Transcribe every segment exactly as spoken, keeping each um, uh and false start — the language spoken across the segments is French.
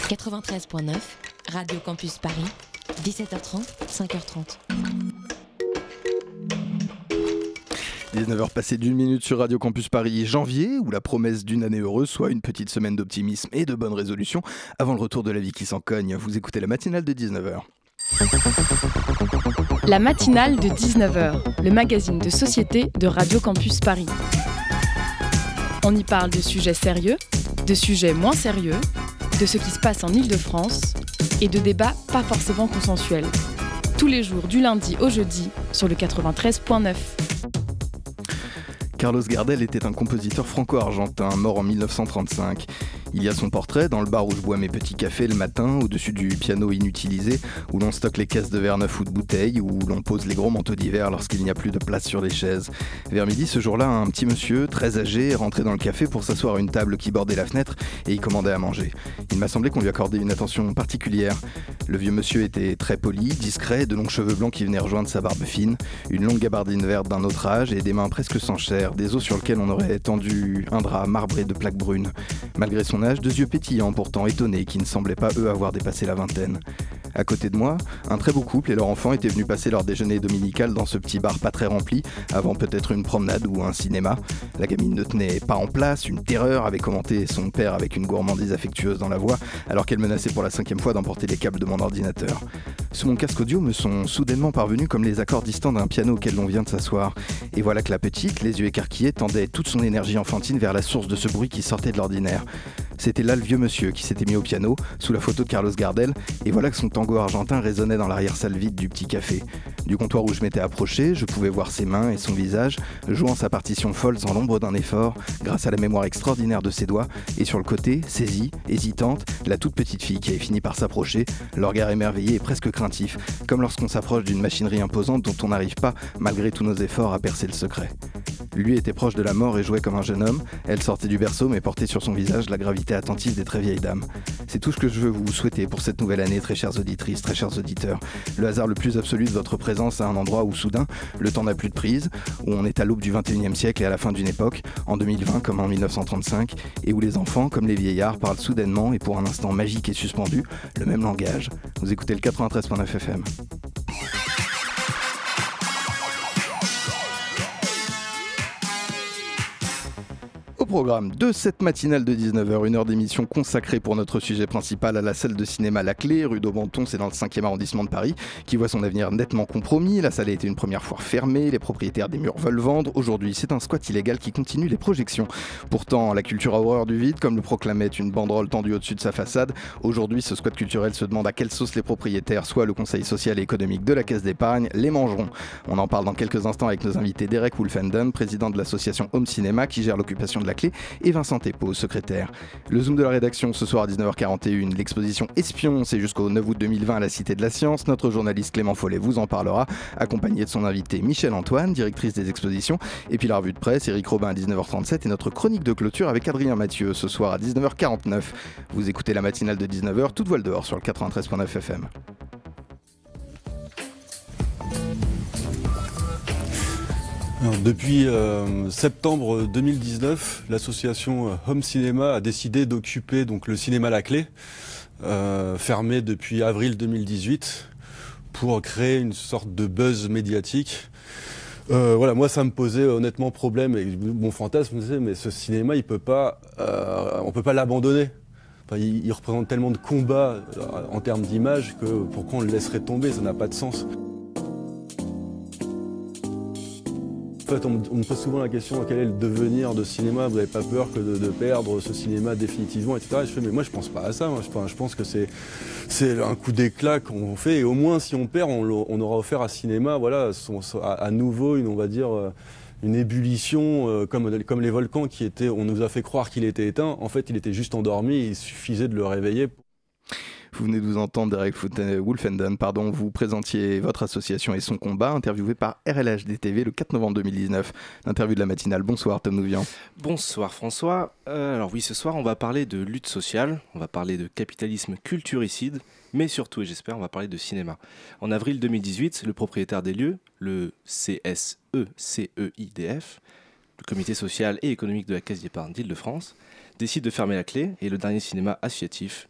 quatre-vingt-treize neuf, Radio Campus Paris, dix-sept heures trente, cinq heures trente. dix-neuf heures passées d'une minute sur Radio Campus Paris, janvier, où la promesse d'une année heureuse, soit une petite semaine d'optimisme et de bonnes résolutions, avant le retour de la vie qui s'en cogne. Vous écoutez la matinale de dix-neuf heures. La matinale de dix-neuf heures, le magazine de société de Radio Campus Paris. On y parle de sujets sérieux, de sujets moins sérieux, de ce qui se passe en Île-de-France et de débats pas forcément consensuels. Tous les jours du lundi au jeudi sur le quatre-vingt-treize neuf. Carlos Gardel était un compositeur franco-argentin, mort en dix-neuf cent trente-cinq. Il y a son portrait dans le bar où je bois mes petits cafés le matin, au-dessus du piano inutilisé, où l'on stocke les caisses de verre neufs ou de bouteilles, où l'on pose les gros manteaux d'hiver lorsqu'il n'y a plus de place sur les chaises. Vers midi, ce jour-là, un petit monsieur, très âgé, est rentré dans le café pour s'asseoir à une table qui bordait la fenêtre et y commandait à manger. Il m'a semblé qu'on lui accordait une attention particulière. Le vieux monsieur était très poli, discret, de longs cheveux blancs qui venaient rejoindre sa barbe fine, une longue gabardine verte d'un autre âge et des mains presque sans chair, des os sur lesquels on aurait tendu un drap marbré de plaques brunes. Malgré son âge, deux yeux pétillants pourtant étonnés qui ne semblaient pas eux avoir dépassé la vingtaine. À côté de moi, un très beau couple et leur enfant étaient venus passer leur déjeuner dominical dans ce petit bar pas très rempli, avant peut-être une promenade ou un cinéma. La gamine ne tenait pas en place, une terreur, avait commenté son père avec une gourmandise affectueuse dans la voix, alors qu'elle menaçait pour la cinquième fois d'emporter les câbles de mon ordinateur. Sous mon casque audio me sont soudainement parvenus comme les accords distants d'un piano auquel l'on vient de s'asseoir. Et voilà que la petite, les yeux écarquillés, tendait toute son énergie enfantine vers la source de ce bruit qui sortait de l'ordinaire. C'était là le vieux monsieur qui s'était mis au piano, sous la photo de Carlos Gardel, et voilà que son tango argentin résonnait dans l'arrière-salle vide du petit café. Du comptoir où je m'étais approché, je pouvais voir ses mains et son visage, jouant sa partition folle sans l'ombre d'un effort, grâce à la mémoire extraordinaire de ses doigts, et sur le côté, saisie, hésitante, la toute petite fille qui avait fini par s'approcher, le regard émerveillé et presque craintif, comme lorsqu'on s'approche d'une machinerie imposante dont on n'arrive pas, malgré tous nos efforts, à percer le secret. Lui était proche de la mort et jouait comme un jeune homme, elle sortait du berceau mais portait sur son visage la gravité attentive des très vieilles dames. C'est tout ce que je veux vous souhaiter pour cette nouvelle année, très chères auditrices, très chers auditeurs. Le hasard le plus absolu de votre présence à un endroit où soudain, le temps n'a plus de prise, où on est à l'aube du vingt et unième siècle et à la fin d'une époque, en deux mille vingt comme en dix-neuf cent trente-cinq, et où les enfants, comme les vieillards, parlent soudainement et pour un instant magique et suspendu, le même langage. Vous écoutez le quatre-vingt-treize neuf F M. Au programme de cette matinale de dix-neuf heures, une heure d'émission consacrée pour notre sujet principal à la salle de cinéma La Clé, rue d'Aubenton, c'est dans le cinquième arrondissement de Paris, qui voit son avenir nettement compromis. La salle a été une première fois fermée, les propriétaires des murs veulent vendre. Aujourd'hui, c'est un squat illégal qui continue les projections. Pourtant, la culture a horreur du vide, comme le proclamait une banderole tendue au-dessus de sa façade. Aujourd'hui, ce squat culturel se demande à quelle sauce les propriétaires, soit le conseil social et économique de la Caisse d'épargne, les mangeront. On en parle dans quelques instants avec nos invités Derek Wolfenden, président de l'association Home Cinéma, qui gère l'occupation de La Clé, et Vincent Thépeau, secrétaire. Le Zoom de la rédaction ce soir à dix-neuf heures quarante et une. L'exposition Espion, c'est jusqu'au neuf août deux mille vingt à la Cité de la Science. Notre journaliste Clément Follet vous en parlera, accompagné de son invité Michel Antoine, directrice des expositions. Et puis la revue de presse, Éric Robin à dix-neuf heures trente-sept et notre chronique de clôture avec Adrien Mathieu ce soir à dix-neuf heures quarante-neuf. Vous écoutez la matinale de dix-neuf heures, toute voile dehors sur le quatre-vingt-treize neuf F M. Alors, depuis euh, septembre deux mille dix-neuf, l'association Home Cinéma a décidé d'occuper donc le cinéma La Clé, euh, fermé depuis avril deux mille dix-huit, pour créer une sorte de buzz médiatique. Euh, voilà, moi ça me posait honnêtement problème et mon fantasme disait mais ce cinéma il peut pas, euh, on peut pas l'abandonner. Enfin, il, il représente tellement de combats euh, en termes d'image que pourquoi on le laisserait tomber, ça n'a pas de sens. En fait, on, on me pose souvent la question quel est le devenir de cinéma, vous n'avez pas peur que de, de perdre ce cinéma définitivement, et cetera. Et je fais mais moi je pense pas à ça, moi. Je, je pense que c'est, c'est un coup d'éclat qu'on fait et au moins si on perd, on, on aura offert à cinéma, voilà, son, à, à nouveau une, on va dire, une ébullition euh, comme, comme les volcans qui étaient, on nous a fait croire qu'il était éteint, en fait il était juste endormi, il suffisait de le réveiller. Vous venez de vous entendre, Derek Wolfenden, pardon, vous présentiez votre association et son combat, interviewé par R L H D T V le quatre novembre deux mille dix-neuf. L'interview de la matinale. Bonsoir, Tom Nouvian. Bonsoir François. Euh, alors oui, ce soir, on va parler de lutte sociale, on va parler de capitalisme culturicide, mais surtout, et j'espère, on va parler de cinéma. En avril deux mille dix-huit, le propriétaire des lieux, le C S E C E I D F, le comité social et économique de la Caisse d'épargne d'Île-de-France, décide de fermer La Clé et le dernier cinéma associatif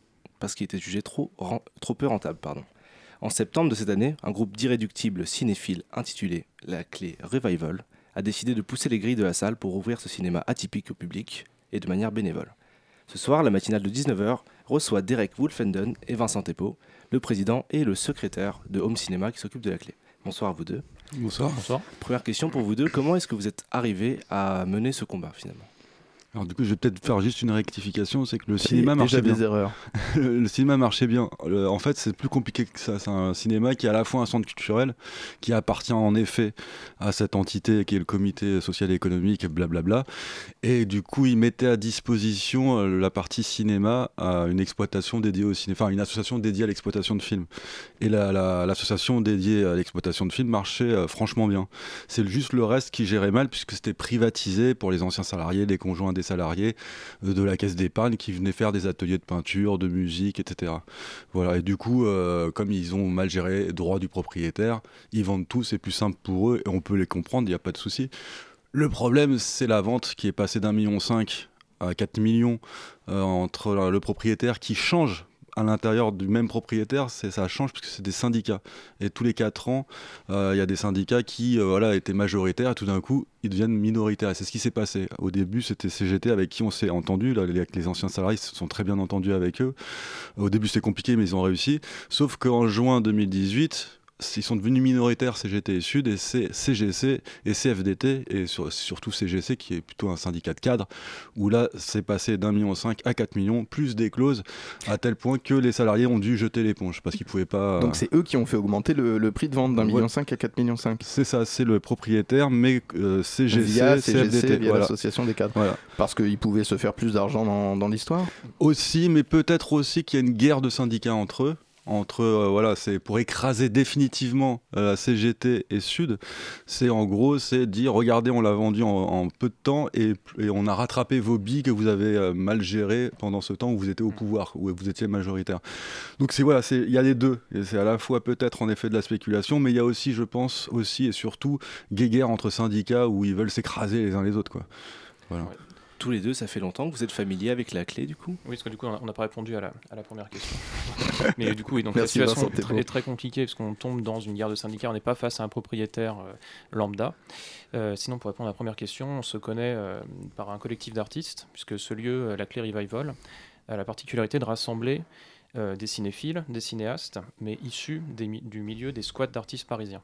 parce qu'il était jugé trop, ren- trop peu rentable. Pardon. En septembre de cette année, un groupe d'irréductibles cinéphiles intitulé La Clé Revival a décidé de pousser les grilles de la salle pour ouvrir ce cinéma atypique au public et de manière bénévole. Ce soir, la matinale de dix-neuf heures reçoit Derek Wolfenden et Vincent Thépaut, le président et le secrétaire de Home Cinéma qui s'occupe de la clé. Bonsoir à vous deux. Bonsoir. Bonsoir. Première question pour vous deux, comment est-ce que vous êtes arrivés à mener ce combat finalement ? Alors du coup, je vais peut-être faire juste une rectification, c'est que le cinéma Et marchait déjà bien. des erreurs. le, le cinéma marchait bien. Le- en fait, c'est plus compliqué que ça. C'est un cinéma qui est à la fois un centre culturel, qui appartient en effet à cette entité qui est le comité social et économique, blablabla. Et du coup, il mettait à disposition euh, la partie cinéma à une exploitation dédiée au cinéma, enfin une association dédiée à l'exploitation de films. Et la- la- l'association dédiée à l'exploitation de films marchait euh, franchement bien. C'est juste le reste qui gérait mal, puisque c'était privatisé pour les anciens salariés, les conjoints des salariés euh, de la caisse d'épargne qui venaient faire des ateliers de peinture, de musique, et cetera. Voilà. Et du coup, euh, comme ils ont mal géré le droit du propriétaire, ils vendent tout, c'est plus simple pour eux et on peut les comprendre, il n'y a pas de souci. Le problème, c'est la vente qui est passée d'un million cinq à quatre millions euh, entre le propriétaire qui change à l'intérieur du même propriétaire, c'est, ça change parce que c'est des syndicats. Et tous les quatre ans, il euh, y a des syndicats qui euh, voilà, étaient majoritaires et tout d'un coup, ils deviennent minoritaires. Et c'est ce qui s'est passé. Au début, c'était C G T avec qui on s'est entendu. Là, les, les anciens salariés se sont très bien entendus avec eux. Au début, c'était compliqué, mais ils ont réussi. Sauf qu'en juin deux mille dix-huit, ils sont devenus minoritaires, C G T et Sud, et c'est C G C et C F D T, et sur, surtout C G C, qui est plutôt un syndicat de cadres, où là, c'est passé d'un million cinq à quatre millions, plus des clauses, à tel point que les salariés ont dû jeter l'éponge, parce qu'ils ne pouvaient pas... Donc c'est eux qui ont fait augmenter le, le prix de vente d'un Ouais. million cinq à quatre millions cinq. C'est ça, c'est le propriétaire, mais euh, C G C, Via C C G F D T, C, via voilà. l'association des cadres. Voilà. Parce qu'ils pouvaient se faire plus d'argent dans, dans l'histoire. Aussi, mais peut-être aussi qu'il y a une guerre de syndicats entre eux. Entre, euh, voilà, c'est pour écraser définitivement euh, C G T et Sud. C'est en gros, c'est dire, regardez, on l'a vendu en, en peu de temps et, et on a rattrapé vos billes que vous avez euh, mal gérées pendant ce temps où vous étiez au pouvoir, où vous étiez majoritaire. Donc c'est voilà, c'est il y a les deux. Et c'est à la fois peut-être en effet de la spéculation, mais il y a aussi, je pense, aussi et surtout guéguerre entre syndicats où ils veulent s'écraser les uns les autres, quoi. Voilà. Ouais. Tous les deux, ça fait longtemps que vous êtes familiers avec la clé du coup ? Oui, parce que du coup, on n'a pas répondu à la, à la première question. Mais du coup, oui, donc Merci, la situation Vincent est très, Thépaut. est très compliquée parce qu'on tombe dans une guerre de syndicats. On n'est pas face à un propriétaire euh, lambda. Euh, sinon, pour répondre à la première question, on se connaît euh, par un collectif d'artistes, puisque ce lieu, euh, la Clé Revival, a la particularité de rassembler euh, des cinéphiles, des cinéastes, mais issus des mi- du milieu des squats d'artistes parisiens.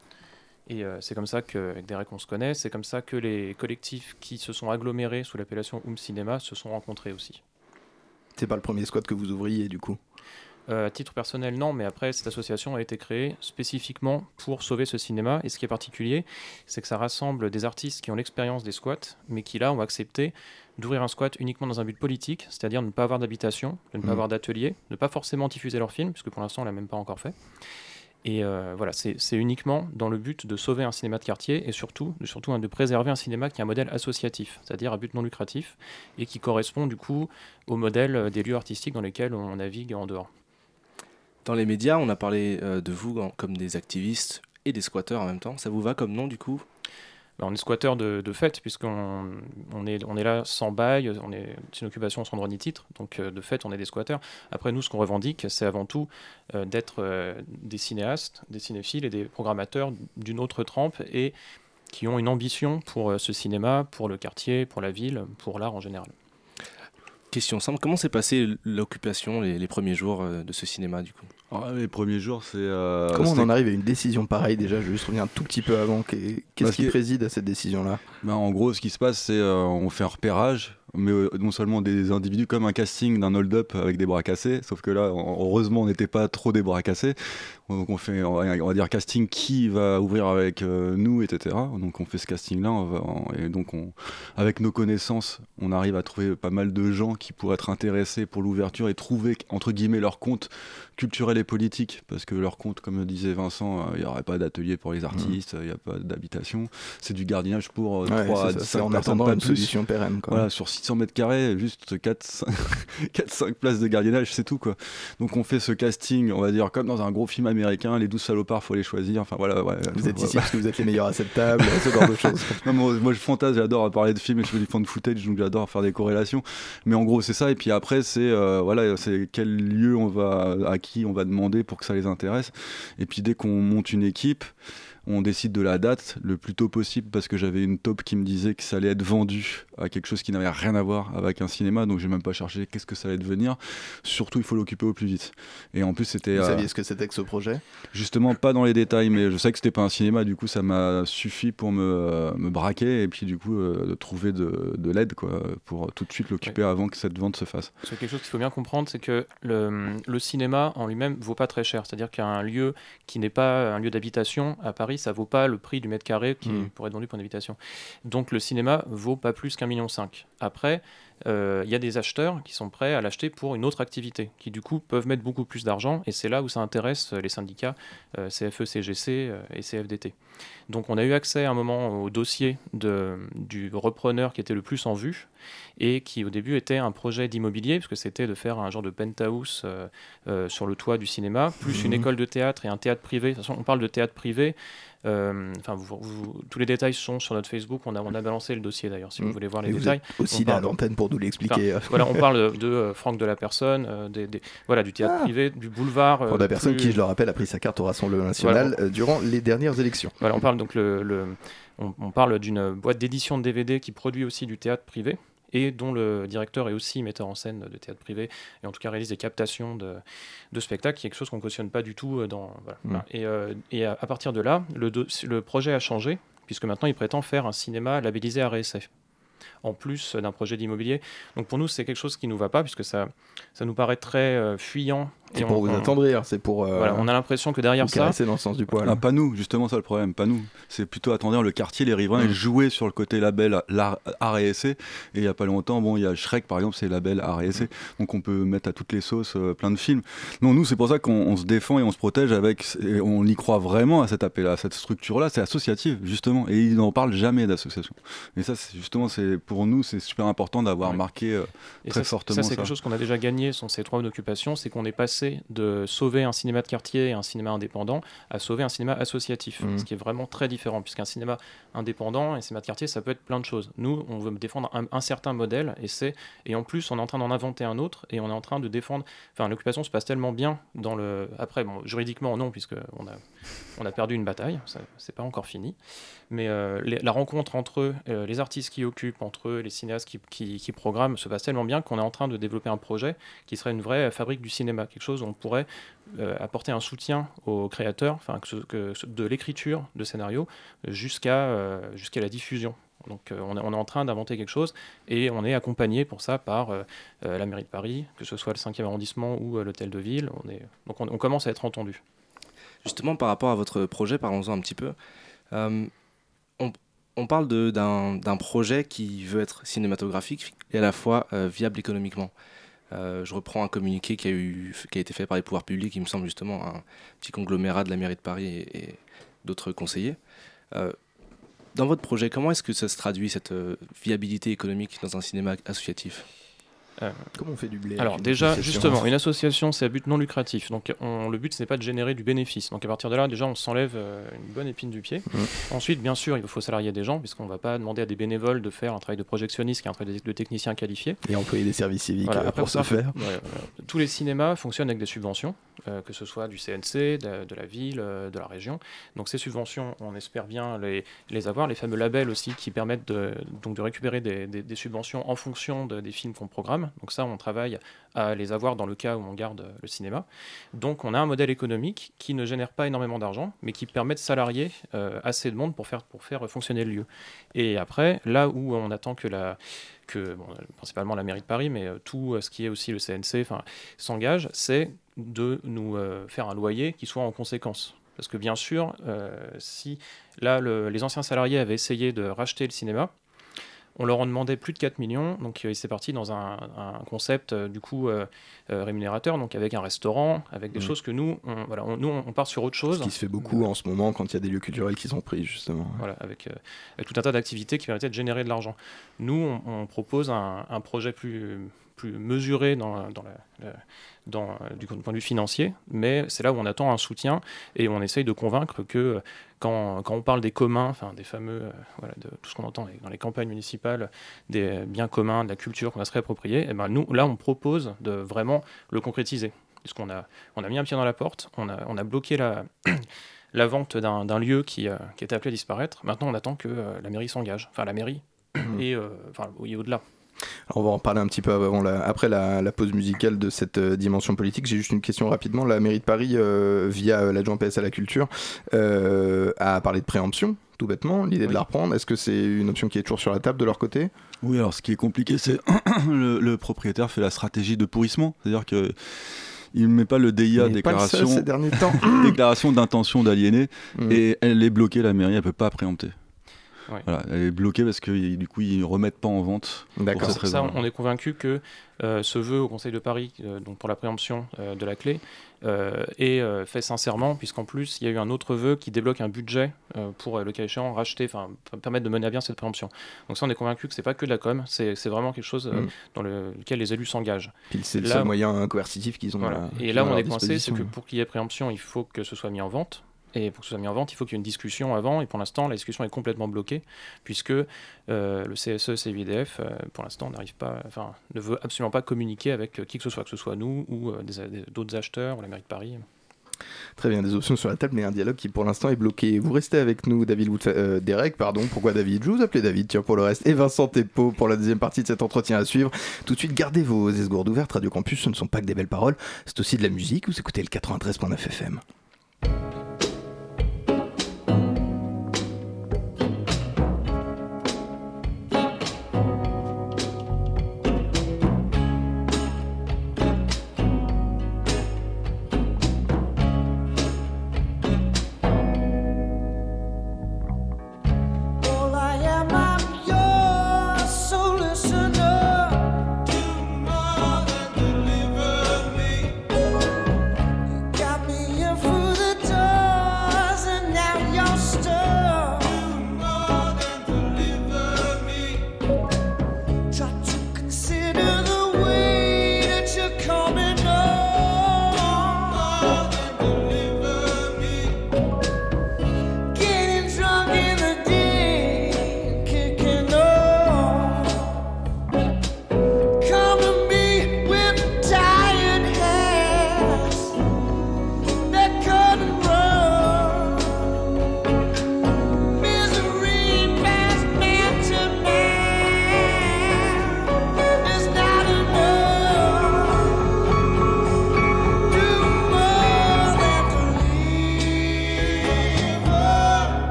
Et euh, c'est comme ça qu'avec Derek on se connaît, c'est comme ça que les collectifs qui se sont agglomérés sous l'appellation Home Cinéma se sont rencontrés aussi. C'est pas le premier squat que vous ouvriez du coup. Euh, à titre personnel, non, mais après, cette association a été créée spécifiquement pour sauver ce cinéma. Et ce qui est particulier, c'est que ça rassemble des artistes qui ont l'expérience des squats, mais qui là ont accepté d'ouvrir un squat uniquement dans un but politique, c'est-à-dire de ne pas avoir d'habitation, de ne pas Mmh. avoir d'atelier, de ne pas forcément diffuser leurs films, puisque pour l'instant, on l'a même pas encore fait. Et euh, voilà, c'est, c'est uniquement dans le but de sauver un cinéma de quartier et surtout, surtout hein, de préserver un cinéma qui est un modèle associatif, c'est-à-dire à but non lucratif, et qui correspond du coup au modèle euh, des lieux artistiques dans lesquels on navigue en dehors. Dans les médias, on a parlé euh, de vous en- comme des activistes et des squatteurs en même temps. Ça vous va comme nom du coup ? Ben, on est squatteur de, de fait, puisqu'on on est, on est là sans bail, on est, c'est une occupation sans droit ni titre, donc euh, de fait, on est des squatteurs. Après, nous, ce qu'on revendique, c'est avant tout euh, d'être euh, des cinéastes, des cinéphiles et des programmateurs d'une autre trempe et qui ont une ambition pour euh, ce cinéma, pour le quartier, pour la ville, pour l'art en général. Question simple, comment s'est passée l'occupation les, les premiers jours euh, de ce cinéma du coup ? Alors, les premiers jours, c'est... euh, Comment on c'était- en arrive à une décision pareille déjà? Je vais juste revenir un tout petit peu avant. Qu'est- Qu'est-ce Parce qui que- préside à cette décision-là? Ben, en gros, ce qui se passe, c'est euh, on fait un repérage, mais euh, non seulement des individus comme un casting d'un hold-up avec des bras cassés, sauf que là, on- heureusement, on n'était pas trop des bras cassés. Donc on fait, on va, on va dire casting qui va ouvrir avec euh, nous, et cetera. Donc on fait ce casting-là, on va- on- et donc on, avec nos connaissances, on arrive à trouver pas mal de gens qui pourraient être intéressés pour l'ouverture et trouver entre guillemets leur compte culturel et politique, parce que leur compte, comme disait Vincent, euh, il n'y aurait pas d'atelier pour les artistes, il n'y a pas d'habitation, c'est du gardiennage pour euh, Ouais, trois c'est à ça, c'est cinq en personnes, attendant pas une plus. solution pérenne, quoi. Voilà, sur six cents mètres carrés, juste quatre cinq places de gardiennage, c'est tout, quoi. Donc on fait ce casting, on va dire, comme dans un gros film américain, les douze salopards, faut les choisir. Enfin voilà. Ouais, vous ouais, êtes ouais, ici ouais. parce que vous êtes les meilleurs à cette table, ce genre de choses. Non, moi, moi je fantasme, j'adore parler de films et je fais du fan footage, donc j'adore faire des corrélations. Mais en gros, c'est ça. Et puis après, c'est euh, voilà, c'est quel lieu on va, à qui on va demander pour que ça les intéresse. Et puis dès qu'on monte une équipe, on décide de la date le plus tôt possible parce que j'avais une taupe qui me disait que ça allait être vendu à quelque chose qui n'avait rien à voir avec un cinéma, donc j'ai même pas cherché qu'est-ce que ça allait devenir. Surtout, il faut l'occuper au plus vite. Et en plus, c'était... Vous euh, saviez ce que c'était que ce projet ? Justement, pas dans les détails, mais je sais que c'était pas un cinéma, du coup ça m'a suffi pour me, euh, me braquer et puis du coup euh, de trouver de, de l'aide, quoi, pour tout de suite l'occuper oui. avant que cette vente se fasse. Parce que quelque chose qu'il faut bien comprendre, c'est que le, le cinéma en lui-même vaut pas très cher. C'est-à-dire qu'un lieu qui n'est pas un lieu d'habitation à Paris, ça vaut pas le prix du mètre carré qui mmh. pourrait être vendu pour une habitation. Donc le cinéma vaut pas plus qu'un million cinq. Après, il euh, y a des acheteurs qui sont prêts à l'acheter pour une autre activité, qui du coup peuvent mettre beaucoup plus d'argent, et c'est là où ça intéresse les syndicats euh, C F E, C G C euh, et C F D T. Donc on a eu accès à un moment au dossier de, du repreneur qui était le plus en vue, et qui au début était un projet d'immobilier, parce que c'était de faire un genre de penthouse euh, euh, sur le toit du cinéma, plus mmh. une école de théâtre et un théâtre privé. De toute façon, on parle de théâtre privé. Euh, enfin, vous, vous, tous les détails sont sur notre Facebook. On a, on a balancé le dossier d'ailleurs, si mmh. vous voulez voir les et détails. Vous êtes aussi là à l'antenne pour nous l'expliquer. Enfin, voilà, on parle de, de euh, Franck de la Personne, euh, des, des, voilà, du théâtre ah. privé, du boulevard. Franck euh, de la Personne, plus... qui, je le rappelle, a pris sa carte au Rassemblement national voilà. euh, durant les dernières élections. Voilà, on parle donc le, le, on, on parle d'une boîte d'édition de D V D qui produit aussi du théâtre privé, et dont le directeur est aussi metteur en scène de théâtre privé, et en tout cas réalise des captations de, de spectacles, qui est quelque chose qu'on ne cautionne pas du tout. Dans, voilà. Mmh. Et, euh, et à, à partir de là, le, do, le projet a changé, puisque maintenant il prétend faire un cinéma labellisé A R S F, en plus d'un projet d'immobilier. Donc pour nous, c'est quelque chose qui ne nous va pas, puisque ça, ça nous paraît très euh, fuyant. C'est pour on, vous on, attendrir, c'est pour... Euh, voilà, on a l'impression que derrière ça... C'est dans le sens du poil. Ah, pas nous, justement, ça le problème, pas nous. C'est plutôt attendrir le quartier, les riverains, mmh. et jouer sur le côté label A R S C. Et il n'y a pas longtemps, bon, il y a Shrek, par exemple, c'est label A R S C. Mmh. Donc on peut mettre à toutes les sauces euh, plein de films. Non, nous, c'est pour ça qu'on se défend et on se protège avec... Et on y croit vraiment à cet appel, à cette structure-là. C'est associatif, justement. Et ils n'en parlent jamais d'association. Et ça, c'est, justement, c'est, pour nous, c'est super important d'avoir ouais. marqué euh, très ça, fortement ça. Ça, c'est quelque chose qu'on a déjà gagné sur ces trois occupations, c'est qu'on est passé de sauver un cinéma de quartier et un cinéma indépendant à sauver un cinéma associatif, mmh. ce qui est vraiment très différent, puisqu'un cinéma indépendant et un cinéma de quartier, ça peut être plein de choses. Nous, on veut défendre un, un certain modèle, et, c'est, et en plus, on est en train d'en inventer un autre, et on est en train de défendre... Enfin, l'occupation se passe tellement bien dans le... Après, bon, juridiquement, non, puisqu'on a, on a perdu une bataille, ça, c'est pas encore fini, mais euh, les, la rencontre entre eux, euh, les artistes qui occupent, entre eux, les cinéastes qui, qui, qui programment, se passe tellement bien qu'on est en train de développer un projet qui serait une vraie fabrique du cinéma, quelque chose où on pourrait euh, apporter un soutien aux créateurs, enfin que, que, de l'écriture de scénario jusqu'à euh, jusqu'à la diffusion. Donc euh, on, est, on est en train d'inventer quelque chose, et on est accompagné pour ça par euh, la mairie de Paris, que ce soit le cinquième arrondissement ou euh, l'hôtel de ville. On est, donc on, on commence à être entendu. Justement, par rapport à votre projet, parlons-en un petit peu. Euh, on, on parle de, d'un, d'un projet qui veut être cinématographique et à la fois euh, viable économiquement. Euh, je reprends un communiqué qui a, eu, qui a été fait par les pouvoirs publics, il me semble justement un petit conglomérat de la mairie de Paris et, et d'autres conseillers. Euh, dans votre projet, comment est-ce que ça se traduit, cette euh, viabilité économique dans un cinéma associatif ? Euh, Comment on fait du blé? Alors déjà, justement, une association, c'est à but non lucratif. Donc on, le but, ce n'est pas de générer du bénéfice. Donc à partir de là, déjà, on s'enlève euh, une bonne épine du pied. Mmh. Ensuite, bien sûr, il faut salarier des gens, puisqu'on ne va pas demander à des bénévoles de faire un travail de projectionniste, qui est un travail de, de technicien qualifié. Et employer des services civiques voilà, euh, après, pour ce faire. Ouais, euh, tous les cinémas fonctionnent avec des subventions, euh, que ce soit du C N C, de, de la ville, euh, de la région. Donc ces subventions, on espère bien les, les avoir. Les fameux labels aussi, qui permettent de, donc de récupérer des, des, des subventions en fonction de, des films qu'on programme. Donc ça, on travaille à les avoir dans le cas où on garde le cinéma. Donc on a un modèle économique qui ne génère pas énormément d'argent, mais qui permet de salarier euh, assez de monde pour faire, pour faire fonctionner le lieu. Et après, là où on attend que la... que bon, principalement la mairie de Paris, mais euh, tout euh, ce qui est aussi le C N C s'engage, c'est de nous euh, faire un loyer qui soit en conséquence. Parce que bien sûr, euh, si là le, les anciens salariés avaient essayé de racheter le cinéma, On leur en demandait plus de quatre millions, donc euh, c'est parti dans un, un concept euh, du coup euh, euh, rémunérateur, donc avec un restaurant, avec des mmh. choses que nous, on, voilà, on, nous, on part sur autre chose. Ce qui se fait beaucoup euh, en ce moment quand il y a des lieux culturels qui sont pris, justement. Voilà, avec, euh, avec tout un tas d'activités qui permettaient de générer de l'argent. Nous, on, on propose un, un projet plus, plus mesuré dans, dans la, la Dans, du point de vue financier, mais c'est là où on attend un soutien et on essaye de convaincre que quand, quand on parle des communs, enfin des fameux, euh, voilà, de tout ce qu'on entend dans les campagnes municipales, des biens communs, de la culture qu'on va se réapproprier, et ben nous, là, on propose de vraiment le concrétiser. Puisqu'on a, on a mis un pied dans la porte, on a, on a bloqué la, la vente d'un, d'un lieu qui, euh, qui était appelé à disparaître. Maintenant, on attend que euh, la mairie s'engage, enfin la mairie, et euh, enfin, oui, au-delà. Alors on va en parler un petit peu avant la, après la, la pause musicale de cette euh, dimension politique. J'ai juste une question rapidement. La mairie de Paris, euh, via euh, l'adjoint P S à la culture, euh, a parlé de préemption, tout bêtement, l'idée oui. de la reprendre. Est-ce que c'est une option qui est toujours sur la table de leur côté ? Oui, alors ce qui est compliqué, c'est le, le propriétaire fait la stratégie de pourrissement. C'est-à-dire que il ne met pas le D I A, déclaration, pas le seul ces derniers temps. déclaration d'intention d'aliéner, mmh. et elle est bloquée, la mairie, elle ne peut pas préempter. Ouais. Voilà, elle est bloquée parce que du coup ils ne remettent pas en vente. D'accord. Pour cette raison. Ça, on est convaincu que euh, ce vœu au Conseil de Paris, euh, donc pour la préemption euh, de la clé, euh, est euh, fait sincèrement, puisqu'en plus il y a eu un autre vœu qui débloque un budget euh, pour euh, le cas échéant racheter, enfin permettre de mener à bien cette préemption. Donc ça, on est convaincu que c'est pas que de la com, c'est, c'est vraiment quelque chose euh, mmh. dans le, lequel les élus s'engagent. Puis c'est le seul moyen coercitif qu'ils ont. Voilà. À, et là, on est coincé, c'est que pour qu'il y ait préemption, il faut que ce soit mis en vente. Et pour que ce soit mis en vente, il faut qu'il y ait une discussion avant. Et pour l'instant, la discussion est complètement bloquée, puisque euh, le C S E, C V D F, euh, pour l'instant, n'arrive pas, enfin, ne veut absolument pas communiquer avec qui que ce soit, que ce soit nous ou euh, des, des, d'autres acheteurs ou la mairie de Paris. Très bien, des options sur la table, mais un dialogue qui pour l'instant est bloqué. Vous restez avec nous, David Wood, euh, Derek, pardon. Pourquoi David ? Je vous appelais David, tiens, pour le reste. Et Vincent Thépaut pour la deuxième partie de cet entretien à suivre. Tout de suite, gardez vos esgourdes ouvertes. Radio Campus, ce ne sont pas que des belles paroles, c'est aussi de la musique. Vous écoutez le quatre-vingt-treize virgule neuf F M. Got me in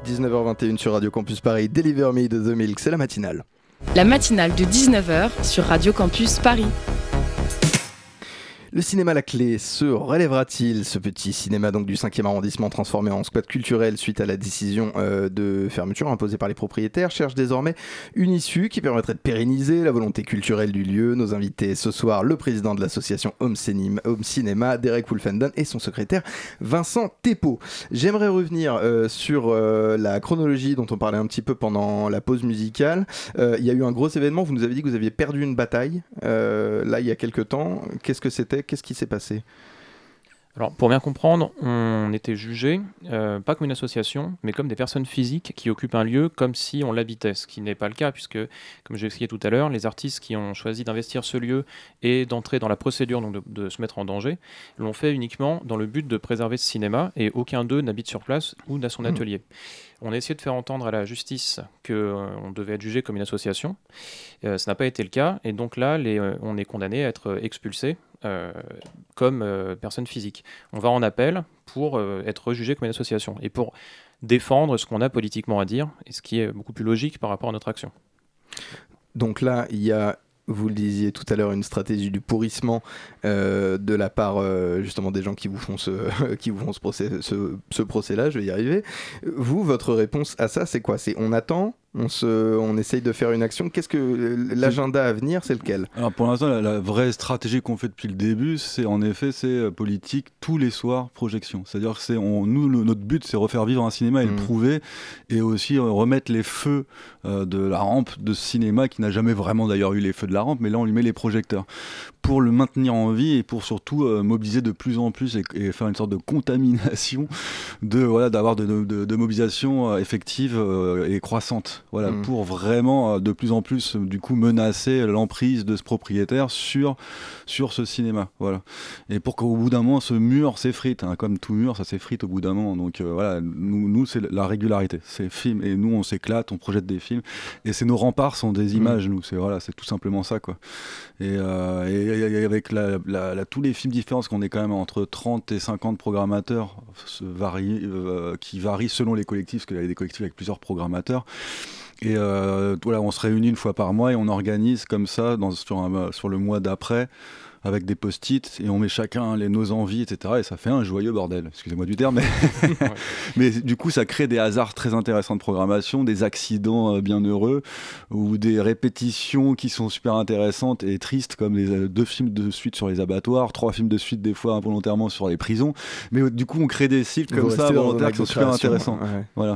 dix-neuf heures vingt et une sur Radio Campus Paris. Deliver Me de The Milk, c'est la matinale. La matinale de dix-neuf heures sur Radio Campus Paris. Le cinéma La Clé se relèvera-t-il? Ce petit cinéma donc du cinquième arrondissement transformé en squat culturel suite à la décision euh, de fermeture imposée par les propriétaires cherche désormais une issue qui permettrait de pérenniser la volonté culturelle du lieu. Nos invités ce soir, le président de l'association Home Cinéma, Home Cinéma Derek Wolfenden, et son secrétaire Vincent Thépeau. J'aimerais revenir euh, sur euh, la chronologie dont on parlait un petit peu pendant la pause musicale. Euh, il y a eu un gros événement, vous nous avez dit que vous aviez perdu une bataille euh, là il y a quelques temps. Qu'est-ce que c'était? Qu'est-ce qui s'est passé? Alors, pour bien comprendre, on était jugés, euh, pas comme une association, mais comme des personnes physiques qui occupent un lieu comme si on l'habitait, ce qui n'est pas le cas, puisque, comme j'ai expliqué tout à l'heure, les artistes qui ont choisi d'investir ce lieu et d'entrer dans la procédure, donc de, de se mettre en danger, l'ont fait uniquement dans le but de préserver ce cinéma, et aucun d'eux n'habite sur place ou n'a son atelier. Mmh. On a essayé de faire entendre à la justice qu'on euh, devait être jugé comme une association. Euh, ça n'a pas été le cas, et donc là, les, euh, on est condamné à être expulsé euh, comme euh, personne physique. On va en appel pour euh, être jugé comme une association et pour défendre ce qu'on a politiquement à dire, et ce qui est beaucoup plus logique par rapport à notre action. Donc là, il y a, vous le disiez tout à l'heure, une stratégie du pourrissement euh, de la part euh, justement des gens qui vous font ce, qui vous font ce, procès, ce, ce procès-là, je vais y arriver. Vous, votre réponse à ça, c'est quoi? C'est on attend, on, se, on essaye de faire une action. Qu'est-ce que l'agenda à venir, c'est lequel? Alors pour l'instant, la, la vraie stratégie qu'on fait depuis le début, c'est en effet, c'est euh, politique, tous les soirs, projection. C'est-à-dire que c'est, on, nous, le, notre but, c'est refaire vivre un cinéma et mmh. le prouver, et aussi euh, remettre les feux euh, de la rampe de ce cinéma qui n'a jamais vraiment d'ailleurs eu les feux de la rampe, mais là on lui met les projecteurs pour le maintenir en vie et pour surtout euh, mobiliser de plus en plus et, et faire une sorte de contamination, de, voilà, d'avoir de, de, de, de mobilisation euh, effective euh, et croissante. Voilà, mmh. pour vraiment euh, de plus en plus euh, du coup menacer l'emprise de ce propriétaire sur, sur ce cinéma. Voilà. Et pour qu'au bout d'un moment ce mur s'effrite, hein, comme tout mur ça s'effrite au bout d'un moment. Donc euh, voilà, nous, nous c'est la régularité, c'est film et nous on s'éclate, on projette des films et c'est nos remparts sont des images, mmh. nous c'est voilà, c'est tout simplement ça quoi. Et, euh, et, et avec la, la, la, tous les films différents, parce qu'on est quand même entre trente et cinquante programmateurs varie, euh, qui varient selon les collectifs, parce qu'il y a des collectifs avec plusieurs programmateurs. Et euh, voilà, on se réunit une fois par mois et on organise comme ça dans, sur, un, sur le mois d'après avec des post-it et on met chacun les, nos envies, et cetera. Et ça fait un joyeux bordel, excusez-moi du terme, mais, ouais. mais du coup ça crée des hasards très intéressants de programmation, des accidents euh, bien heureux ou des répétitions qui sont super intéressantes et tristes comme les euh, deux films de suite sur les abattoirs, trois films de suite des fois involontairement sur les prisons. Mais euh, du coup on crée des cycles comme ça volontaires qui sont super intéressants. Ouais. Voilà.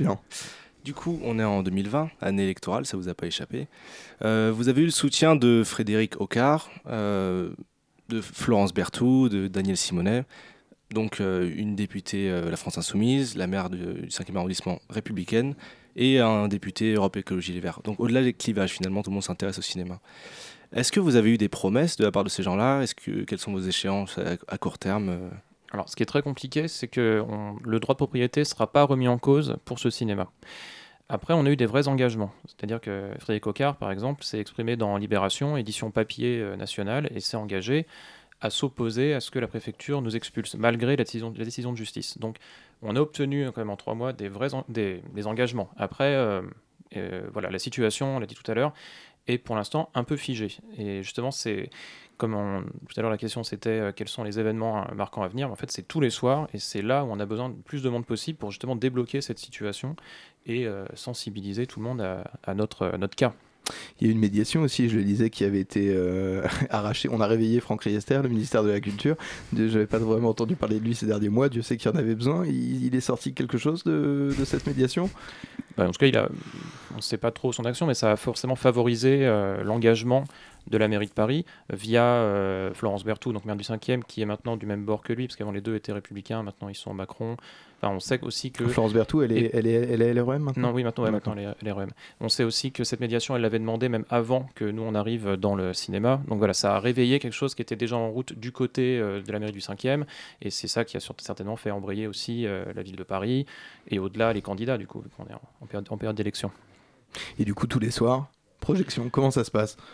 Du coup, on est en deux mille vingt, année électorale, ça vous a pas échappé. Euh, vous avez eu le soutien de Frédéric Ocard, euh, de Florence Berthoud, de Daniel Simonet, donc euh, une députée euh, La France Insoumise, la maire de, du cinquième arrondissement républicaine, et un député Europe Écologie Les Verts. Donc au-delà des clivages, finalement, tout le monde s'intéresse au cinéma. Est-ce que vous avez eu des promesses de la part de ces gens-là? Est-ce que, quelles sont vos échéances à, à court terme? Alors, ce qui est très compliqué, c'est que on, le droit de propriété ne sera pas remis en cause pour ce cinéma. Après, on a eu des vrais engagements. C'est-à-dire que Frédéric Ocard, par exemple, s'est exprimé dans Libération, édition papier euh, nationale, et s'est engagé à s'opposer à ce que la préfecture nous expulse, malgré la décision, la décision de justice. Donc, on a obtenu quand même en trois mois des, vrais en, des, des engagements. Après, euh, euh, voilà, la situation, on l'a dit tout à l'heure, est pour l'instant un peu figée. Et justement, c'est... Comme on, tout à l'heure la question c'était euh, quels sont les événements euh, marquants à venir, en fait c'est tous les soirs et c'est là où on a besoin de plus de monde possible pour justement débloquer cette situation et euh, sensibiliser tout le monde à, à, notre, à notre cas. Il y a eu une médiation aussi, je le disais, qui avait été euh, arrachée. On a réveillé Franck Riester, le ministère de la Culture. Je n'avais pas vraiment entendu parler de lui ces derniers mois. Dieu sait qu'il y en avait besoin. Il, il est sorti quelque chose de, de cette médiation? Bah, en tout cas, il a, on ne sait pas trop son action, mais ça a forcément favorisé euh, l'engagement de la mairie de Paris via euh, Florence Berthoud, donc maire du cinquième, qui est maintenant du même bord que lui, parce qu'avant les deux étaient républicains, maintenant ils sont Macron. Enfin, on sait aussi que... Florence Berthoud, elle est, elle est, elle est L R E M maintenant? Non, oui, maintenant, ouais, maintenant elle est L R E M. On sait aussi que cette médiation, elle l'avait demandé même avant que nous on arrive dans le cinéma. Donc voilà, ça a réveillé quelque chose qui était déjà en route du côté euh, de la mairie du cinquième, et c'est ça qui a certainement fait embrayer aussi euh, la ville de Paris, et au-delà les candidats, du coup, vu qu'on est en, en période, en période d'élection. Et du coup, tous les soirs, projection, comment ça se passe?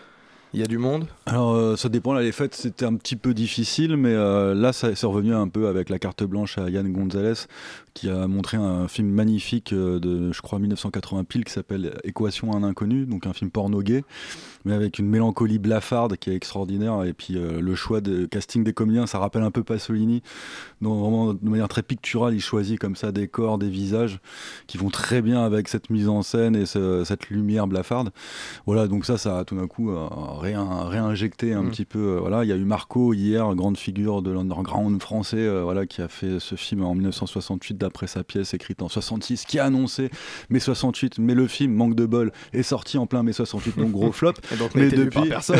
Il y a du monde ? Alors euh, ça dépend, là les fêtes c'était un petit peu difficile, mais euh, là ça c'est revenu un peu avec la carte blanche à Yann Gonzalez qui a montré un film magnifique euh, de je crois dix-neuf cent quatre-vingts pile qui s'appelle Équation à un inconnu, donc un film porno gay, mais avec une mélancolie blafarde qui est extraordinaire, et puis euh, le choix de casting des comédiens, ça rappelle un peu Pasolini, donc vraiment de manière très picturale, il choisit comme ça des corps, des visages qui vont très bien avec cette mise en scène et ce, cette lumière blafarde. Voilà, donc ça, ça a tout d'un coup euh, réin, réinjecté un mmh. petit peu. Euh, voilà, il y a eu Marco hier, grande figure de l'underground français, euh, voilà, qui a fait ce film en dix-neuf cent soixante-huit d'après sa pièce écrite en soixante-six, qui a annoncé mai soixante-huit, mais le film, manque de bol, est sorti en plein mai soixante-huit, donc gros flop. Donc, mais depuis, personne,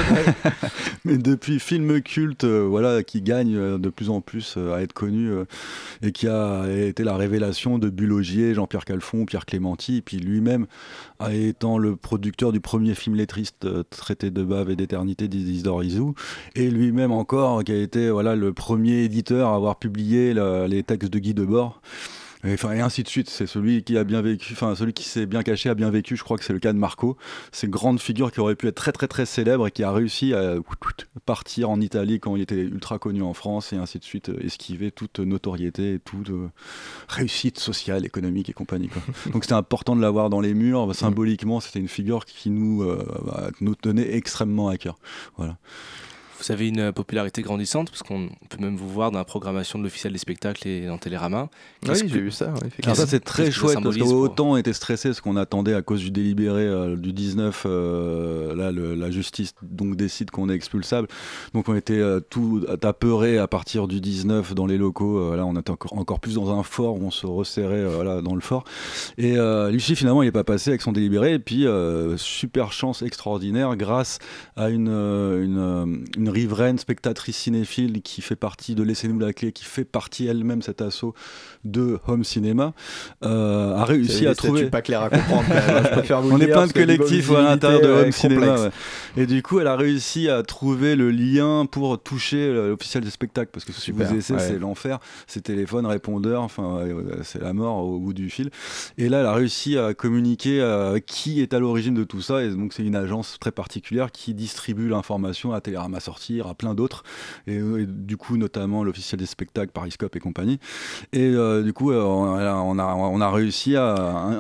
mais depuis film culte, euh, voilà, qui gagne euh, de plus en plus euh, à être connu euh, et qui a été la révélation de Bulogier, Jean-Pierre Calfon, Pierre Clémenti, et puis lui-même étant le producteur du premier film lettriste euh, traité de bave et d'éternité d'Isidore Izou, et lui-même encore qui a été voilà, le premier éditeur à avoir publié la, les textes de Guy Debord. Et, enfin, et ainsi de suite, c'est celui qui a bien vécu, enfin celui qui s'est bien caché a bien vécu. Je crois que c'est le cas de Marco. C'est une grande figure qui aurait pu être très très très célèbre et qui a réussi à partir en Italie quand il était ultra connu en France, et ainsi de suite, esquiver toute notoriété et toute euh, réussite sociale, économique et compagnie, quoi. Donc c'était important de l'avoir dans les murs. Bah, symboliquement, c'était une figure qui nous, euh, bah, nous tenait extrêmement à cœur. Voilà. Vous avez une popularité grandissante, parce qu'on peut même vous voir dans la programmation de l'officiel des spectacles et dans Télérama. Qu'est-ce oui, que... j'ai vu ça. Oui, Alors ça, c'est très chouette, parce qu'autant on était stressé, ce qu'on attendait à cause du délibéré euh, du dix-neuf, euh, là, le, la justice donc décide qu'on est expulsable. Donc on était euh, tout apeurés à partir du dix-neuf dans les locaux. Euh, là, on était encore, encore plus dans un fort où on se resserrait euh, là, dans le fort. Et euh, Lucie, finalement, il n'est pas passé avec son délibéré. Et puis, euh, super chance extraordinaire, grâce à une, euh, une, une riveraine, spectatrice cinéphile qui fait partie de Laissez-nous la clé, qui fait partie elle-même cet assaut de Home Cinéma, euh, a réussi c'est à trouver. C'est pas clair à comprendre. Je préfère vous On dire, est plein de collectifs à l'intérieur de Home Cinéma. Ouais. Et du coup, elle a réussi à trouver le lien pour toucher l'officiel des spectacles, parce que si Super, vous essayez, ouais. c'est l'enfer. C'est téléphone, répondeur, enfin, c'est la mort au bout du fil. Et là, elle a réussi à communiquer à qui est à l'origine de tout ça. Et donc, c'est une agence très particulière qui distribue l'information à Télérama Sortir, à plein d'autres. Et, et du coup, notamment l'officiel des spectacles, Pariscope et compagnie. Et euh, du coup, euh, on, a, on, a, on a réussi à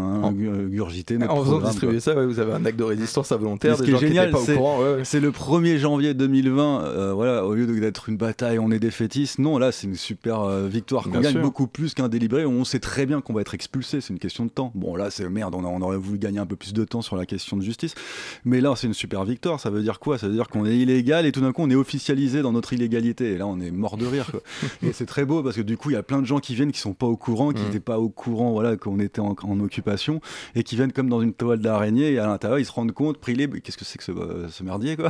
ingurgiter notre en faisant programme, distribuer quoi. ça, ouais, vous avez un acte de résistance involontaire. Ce qui est génial, pas au c'est, courant, ouais, ouais. c'est le premier janvier deux mille vingt. Euh, voilà, au lieu d'être une bataille, on est défaitistes. Non, là, c'est une super euh, victoire qu'on Bien gagne sûr. beaucoup plus qu'un délibéré. On sait très bien qu'on va être expulsé. C'est une question de temps. Bon, là, c'est merde. On, a, on aurait voulu gagner un peu plus de temps sur la question de justice. Mais là, c'est une super victoire. Ça veut dire quoi ? Ça veut dire qu'on est illégal et tout d'un coup, on est officialisé dans notre illégalité. Et là, on est mort de rire, quoi. Et c'est très beau parce que du coup, il y a plein de gens qui viennent qui sont pas au courant, qui n'étaient mmh. pas au courant, voilà, qu'on était en, en occupation, et qui viennent comme dans une toile d'araignée, et à l'intérieur, ils se rendent compte, pris les, qu'est-ce que c'est que ce, euh, ce merdier, quoi.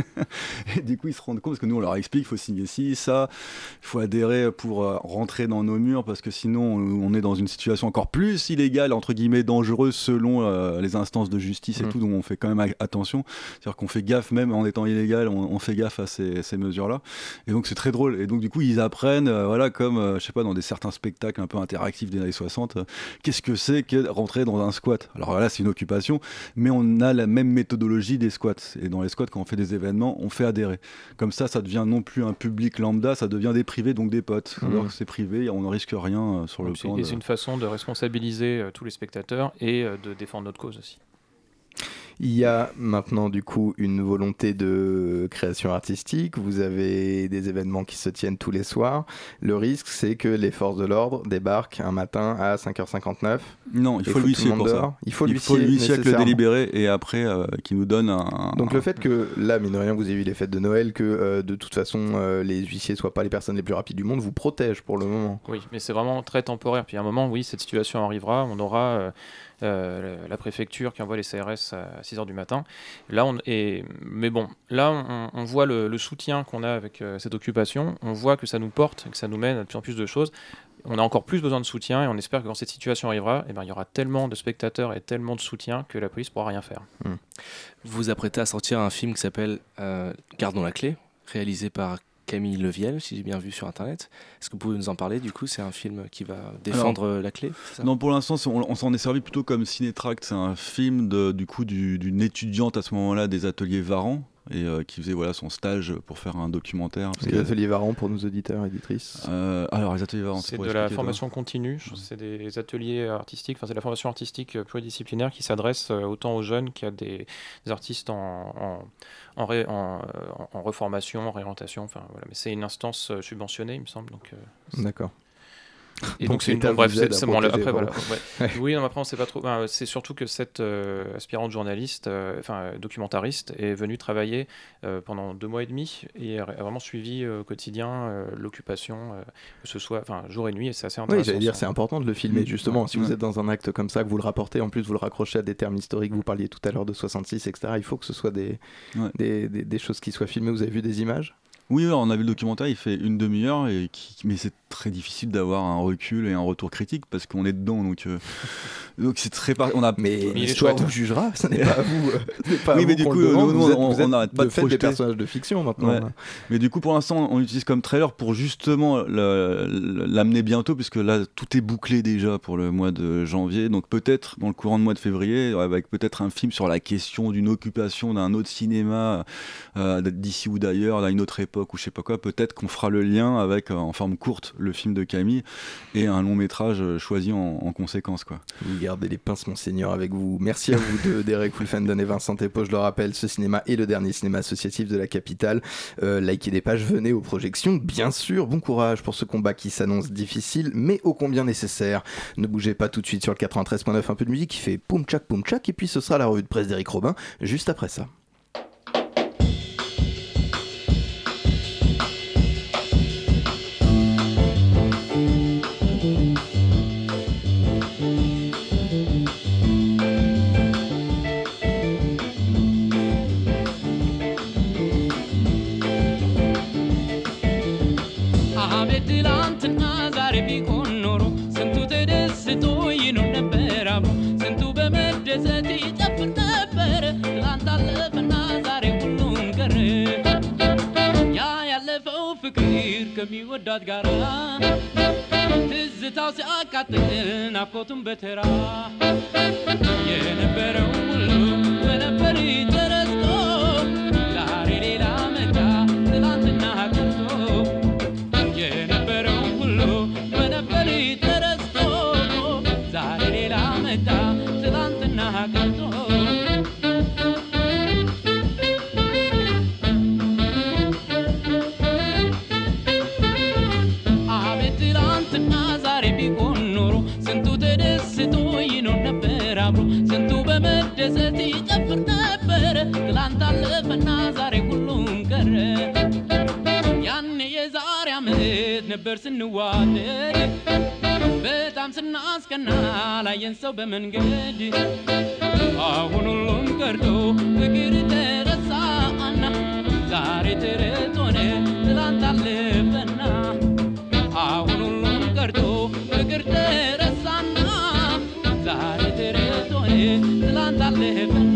Et du coup, ils se rendent compte, parce que nous, on leur explique, il faut signer ci, ça, il faut adhérer pour euh, rentrer dans nos murs, parce que sinon, on, on est dans une situation encore plus illégale, entre guillemets, dangereuse, selon euh, les instances de justice et mmh. tout, donc on fait quand même attention. C'est-à-dire qu'on fait gaffe, même en étant illégal, on, on fait gaffe à ces, ces mesures-là. Et donc, c'est très drôle. Et donc, du coup, ils apprennent, euh, voilà, comme, euh, je sais pas, dans des certains spectacles un peu interactifs des années soixante, euh, qu'est-ce que c'est que rentrer dans un squat. Alors là, c'est une occupation, mais on a la même méthodologie des squats. Et dans les squats, quand on fait des événements, on fait adhérer. Comme ça, ça devient non plus un public lambda, ça devient des privés, donc des potes. Mmh. Alors que c'est privé, on ne risque rien euh, sur donc le plan. Et de... c'est une façon de responsabiliser euh, tous les spectateurs et euh, de défendre notre cause aussi. Il y a maintenant du coup une volonté de création artistique, vous avez des événements qui se tiennent tous les soirs. Le risque, c'est que les forces de l'ordre débarquent un matin à cinq heures cinquante-neuf. Non, il faut l'huissier pour ça. Il faut il faut l'huissier avec le délibéré et après euh, qui nous donne un... Donc le fait que là, mine de rien, vous avez eu les fêtes de Noël, que euh, de toute façon euh, les huissiers soient pas les personnes les plus rapides du monde, vous protège pour le moment. Oui, mais c'est vraiment très temporaire. Puis à un moment, oui, cette situation arrivera, on aura... Euh, Euh, la préfecture qui envoie les C R S à six heures du matin. Là, on est... Mais bon, là, on, on voit le, le soutien qu'on a avec euh, cette occupation. On voit que ça nous porte, que ça nous mène à de plus en plus de choses. On a encore plus besoin de soutien et on espère que quand cette situation arrivera, eh ben, il y aura tellement de spectateurs et tellement de soutien que la police ne pourra rien faire. Mmh. Vous vous apprêtez à sortir un film qui s'appelle euh, Gardons la clé, réalisé par Camille Leviel, si j'ai bien vu sur Internet. Est-ce que vous pouvez nous en parler? Du coup, c'est un film qui va défendre Alors, la clé, c'est ça? Non, pour l'instant, on, on s'en est servi plutôt comme Cinétract. C'est un film de, du coup, du, d'une étudiante à ce moment-là des ateliers Varan, et euh, qui faisait voilà, son stage pour faire un documentaire. Les ateliers Varan pour nos auditeurs et éditrices. Euh, alors, les ateliers Varan, c'est, c'est de la formation toi. continue. C'est des ateliers artistiques, enfin, c'est de la formation artistique pluridisciplinaire qui s'adresse autant aux jeunes qu'à des, des artistes en, en, en, ré, en, en reformation, en réorientation. Enfin, voilà. Mais c'est une instance subventionnée, il me semble. Donc, euh, D'accord. Et donc, donc c'est une bon, bref, c'est, c'est bon, après voilà. Ouais. Oui, non, après on sait pas trop. Ben, c'est surtout que cette euh, aspirante journaliste, euh, enfin documentariste, est venue travailler euh, pendant deux mois et demi et a vraiment suivi euh, au quotidien euh, l'occupation, euh, que ce soit, enfin jour et nuit, et c'est assez intéressant. Oui, j'allais dire, c'est important de le filmer justement. Ouais. Si ouais. vous êtes dans un acte comme ça, que vous le rapportez, en plus vous le raccrochez à des termes historiques. Vous parliez tout à l'heure de soixante-six, et cetera. Il faut que ce soit des ouais. des, des, des choses qui soient filmées. Vous avez vu des images? Oui, on a vu le documentaire, il fait une demi-heure, et qui... mais c'est très difficile d'avoir un recul et un retour critique parce qu'on est dedans, donc, euh... donc c'est très par... on a... Mais l'histoire vous jugera, ce n'est pas à vous. Ce n'est pas oui, à mais vous du coup, nous, nous, êtes, on n'arrête pas de, de fait des personnages de fiction maintenant. Ouais. Mais du coup, pour l'instant, on l'utilise comme trailer pour justement le, le, l'amener bientôt, puisque là, tout est bouclé déjà pour le mois de janvier. Donc peut-être dans le courant du mois de février, avec peut-être un film sur la question d'une occupation d'un autre cinéma euh, d'ici ou d'ailleurs, à une autre époque ou je sais pas quoi. Peut-être qu'on fera le lien avec, euh, en forme courte, le film de Camille et un long métrage choisi en, en conséquence, quoi. Vous gardez les pinces, monseigneur, avec vous. Merci à vous deux, Derek Wolfenden et Vincent Thépaut. Je le rappelle, ce cinéma est le dernier cinéma associatif de la capitale. Euh, likez des pages, venez aux projections, bien sûr. Bon courage pour ce combat qui s'annonce difficile, mais ô combien nécessaire. Ne bougez pas tout de suite sur le quatre-vingt-treize neuf, un peu de musique qui fait poum tchac poum tchac, et puis ce sera la revue de presse d'Éric Robin juste après ça. ከሚወዳት ጋራ ትዝታው ሲያቃጥል ናፍቆቱን በተራ የነበረው ሁሉ በነበር ተረስቶ ዛሬ ሌላ መጣ ትላንትና ቀርቶ የነበረው ሁሉ በነበር ተረስቶ ዛሬ ሌላ መጣ ትላንትና ቀርቶ ስንቱ በመደሰት ይጨፍር ነበር ትላንት አለፈና ዛሬ ሁሉም ቀረ ያኔ የዛሬ ዓመት ነበር ስንዋደድ በጣም ስናስቀና ላየን ሰው በመንገድ አሁን ሁሉም ቀርቶ ፍቅር ተረሳና ዛሬ ተረት ሆነ ትላንት አለፈና አሁን ሁሉም ቀርቶ ፍቅር ተረሳና ዛሬ ተረት ሆነ ትላንት አለፈና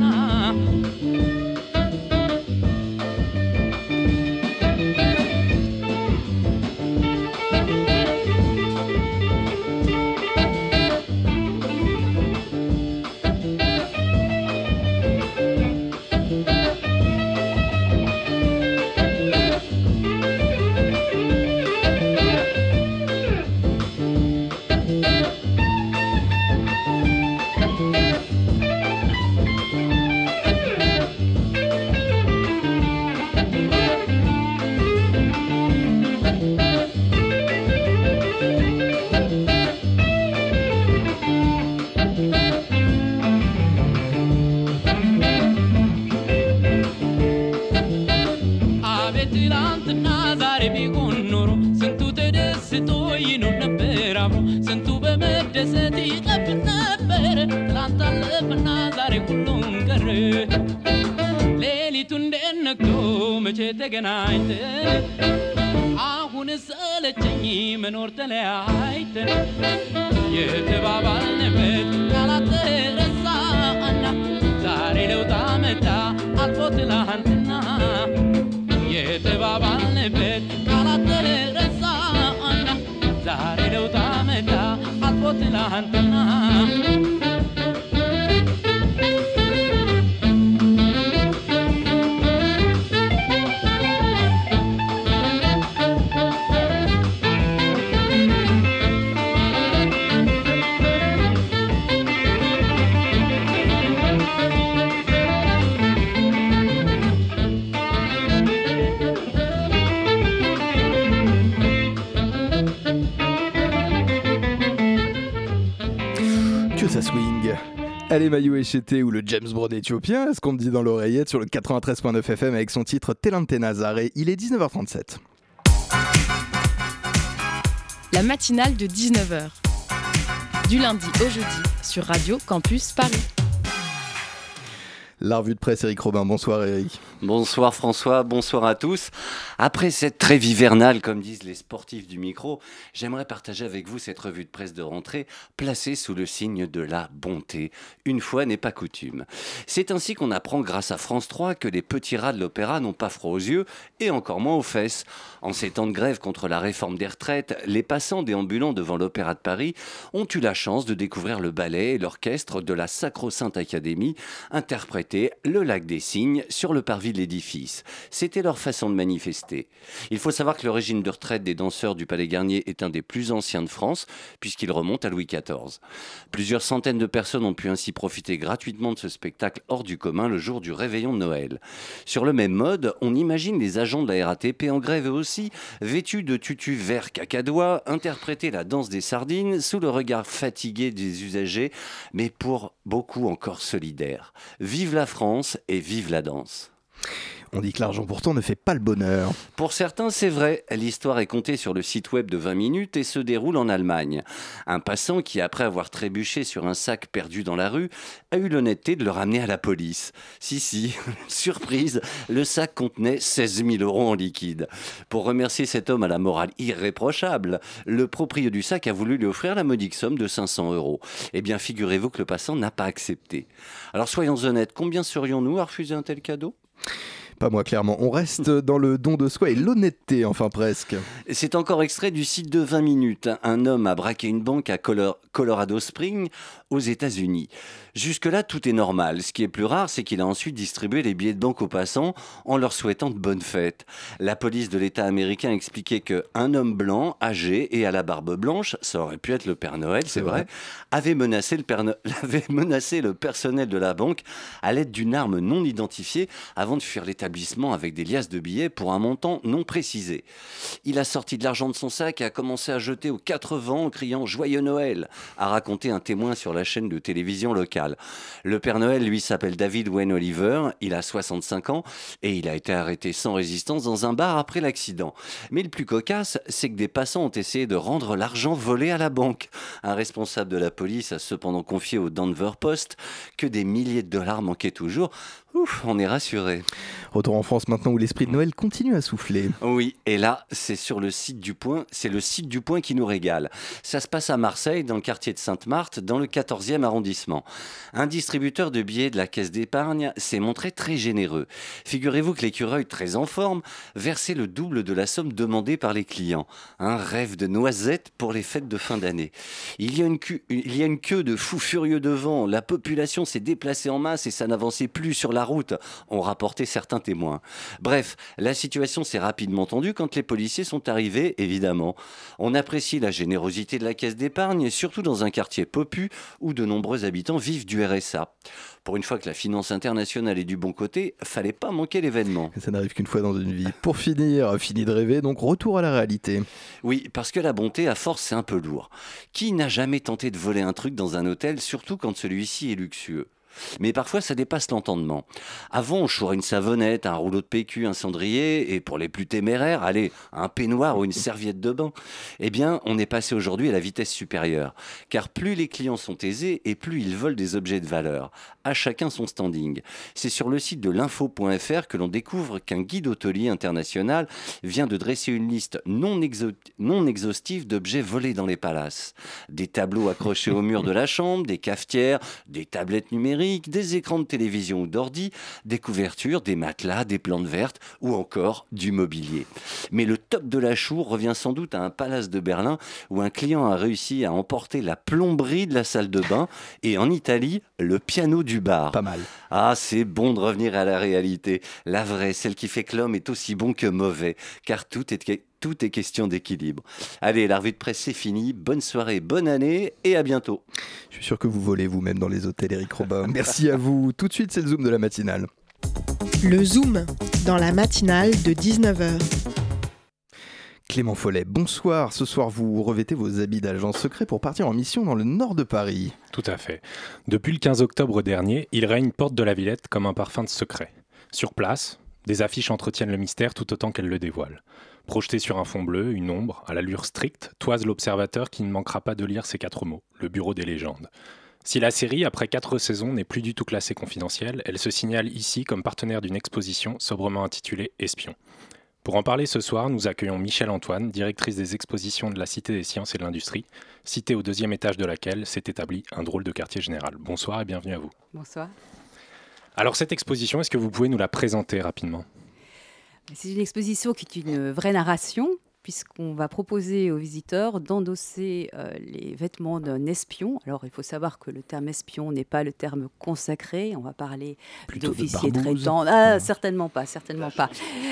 ተገናኝተን አሁን ሰለቸኝ መኖር ተለያይተን የተባባልንበት ቃላት ተረሳና ዛሬ ለውጥ አመጣ አልፎ ትላንትና የተባባልንበት ቃላት ረሳና ዛሬ ለውጥ አመጣ አልፎ ትላንትና Ça swing. Allez Mayo Echete ou le James Brown éthiopien, ce qu'on me dit dans l'oreillette sur le quatre-vingt-treize virgule neuf F M avec son titre Telante Nazare. Il est dix-neuf heures trente-sept. La matinale de dix-neuf heures. Du lundi au jeudi sur Radio Campus Paris. La revue de presse, Eric Robin. Bonsoir Eric. Bonsoir François, bonsoir à tous. Après cette trêve hivernale, comme disent les sportifs du micro, j'aimerais partager avec vous cette revue de presse de rentrée placée sous le signe de la bonté. Une fois n'est pas coutume. C'est ainsi qu'on apprend grâce à France trois que les petits rats de l'opéra n'ont pas froid aux yeux et encore moins aux fesses. En ces temps de grève contre la réforme des retraites, les passants déambulant devant l'Opéra de Paris ont eu la chance de découvrir le ballet et l'orchestre de la Sacro-Sainte Académie interpréter Le Lac des Cygnes sur le parvis de l'édifice. C'était leur façon de manifester. Il faut savoir que le régime de retraite des danseurs du Palais Garnier est un des plus anciens de France, puisqu'il remonte à Louis quatorze. Plusieurs centaines de personnes ont pu ainsi profiter gratuitement de ce spectacle hors du commun le jour du réveillon de Noël. Sur le même mode, on imagine les agents de la R A T P en grève eux aussi, vêtus de tutus verts cacadois, interpréter la danse des sardines sous le regard fatigué des usagers, mais pour beaucoup encore solidaires. Vive la France et vive la danse. On dit que l'argent pourtant ne fait pas le bonheur. Pour certains, c'est vrai. L'histoire est contée sur le site web de vingt minutes et se déroule en Allemagne. Un passant qui, après avoir trébuché sur un sac perdu dans la rue, a eu l'honnêteté de le ramener à la police. Si, si, surprise, le sac contenait seize mille euros en liquide. Pour remercier cet homme à la morale irréprochable, le propriétaire du sac a voulu lui offrir la modique somme de cinq cents euros. Eh bien, figurez-vous que le passant n'a pas accepté. Alors soyons honnêtes, combien serions-nous à refuser un tel cadeau ? Pas moi, clairement. On reste dans le don de soi et l'honnêteté, enfin presque. C'est encore extrait du site de vingt minutes. Un homme a braqué une banque à Color- Colorado Springs, aux États-Unis. Jusque-là, tout est normal. Ce qui est plus rare, c'est qu'il a ensuite distribué les billets de banque aux passants en leur souhaitant de bonnes fêtes. La police de l'État américain a expliqué qu'un homme blanc, âgé et à la barbe blanche, ça aurait pu être le Père Noël, c'est, c'est vrai, vrai, avait menacé, le Père no- avait menacé le personnel de la banque à l'aide d'une arme non identifiée avant de fuir l'établissement avec des liasses de billets pour un montant non précisé. Il a sorti de l'argent de son sac et a commencé à jeter aux quatre vents en criant « Joyeux Noël !» a raconté un témoin sur la chaîne de télévision locale. Le Père Noël, lui, s'appelle David Wayne Oliver, il a soixante-cinq ans et il a été arrêté sans résistance dans un bar après l'accident. Mais le plus cocasse, c'est que des passants ont essayé de rendre l'argent volé à la banque. Un responsable de la police a cependant confié au Denver Post que des milliers de dollars manquaient toujours. Ouf, on est rassuré. Retour en France maintenant où l'esprit de Noël continue à souffler. Oui, et là, c'est sur le site du Point, c'est le site du Point qui nous régale. Ça se passe à Marseille, dans le quartier de Sainte-Marthe, dans le quatorzième arrondissement. Un distributeur de billets de la Caisse d'épargne s'est montré très généreux. Figurez-vous que l'écureuil, très en forme, versait le double de la somme demandée par les clients. Un rêve de noisette pour les fêtes de fin d'année. Il y a une queue, il y a une queue de fous furieux devant. La population s'est déplacée en masse et ça n'avançait plus sur la route, ont rapporté certains témoins. Bref, la situation s'est rapidement tendue quand les policiers sont arrivés, évidemment. On apprécie la générosité de la Caisse d'épargne, surtout dans un quartier popu où de nombreux habitants vivent du R S A. Pour une fois que la finance internationale est du bon côté, fallait pas manquer l'événement. Ça n'arrive qu'une fois dans une vie. Pour finir, fini de rêver, donc retour à la réalité. Oui, parce que la bonté, à force, c'est un peu lourd. Qui n'a jamais tenté de voler un truc dans un hôtel, surtout quand celui-ci est luxueux ? Mais parfois, ça dépasse l'entendement. Avant, on chourait une savonnette, un rouleau de P Q, un cendrier, et pour les plus téméraires, allez, un peignoir ou une serviette de bain. Eh bien, on est passé aujourd'hui à la vitesse supérieure. Car plus les clients sont aisés, et plus ils volent des objets de valeur. à chacun son standing. C'est sur le site de l'info point f r que l'on découvre qu'un guide hôtelier international vient de dresser une liste non, exo- non exhaustive d'objets volés dans les palaces. Des tableaux accrochés au mur de la chambre, des cafetières, des tablettes numériques, des écrans de télévision ou d'ordi, des couvertures, des matelas, des plantes vertes ou encore du mobilier. Mais le top de la choux revient sans doute à un palace de Berlin où un client a réussi à emporter la plomberie de la salle de bain et en Italie, le piano du bar. Pas mal. Ah, c'est bon de revenir à la réalité. La vraie, celle qui fait que l'homme est aussi bon que mauvais, car tout est, tout est question d'équilibre. Allez, la revue de presse, c'est fini. Bonne soirée, bonne année et à bientôt. Je suis sûr que vous volez vous-même dans les hôtels, Eric Robin. Merci à vous. Tout de suite, c'est le Zoom de la matinale. Le Zoom, dans la matinale de dix-neuf heures. Clément Follet, bonsoir. Ce soir, vous revêtez vos habits d'agent secret pour partir en mission dans le nord de Paris. Tout à fait. Depuis le quinze octobre dernier, il règne porte de la Villette comme un parfum de secret. Sur place, des affiches entretiennent le mystère tout autant qu'elles le dévoilent. Projetées sur un fond bleu, une ombre, à l'allure stricte, toise l'observateur qui ne manquera pas de lire ces quatre mots, le bureau des légendes. Si la série, après quatre saisons, n'est plus du tout classée confidentielle, elle se signale ici comme partenaire d'une exposition sobrement intitulée « Espion ». Pour en parler ce soir, nous accueillons Michèle Antoine, directrice des expositions de la Cité des Sciences et de l'Industrie, cité au deuxième étage de laquelle s'est établi un drôle de quartier général. Bonsoir et bienvenue à vous. Bonsoir. Alors cette exposition, est-ce que vous pouvez nous la présenter rapidement ? C'est une exposition qui est une vraie narration, puisqu'on va proposer aux visiteurs d'endosser euh, les vêtements d'un espion. Alors, il faut savoir que le terme espion n'est pas le terme consacré. On va parler Plutôt d'officier de traitant. Ah, certainement pas, certainement pas.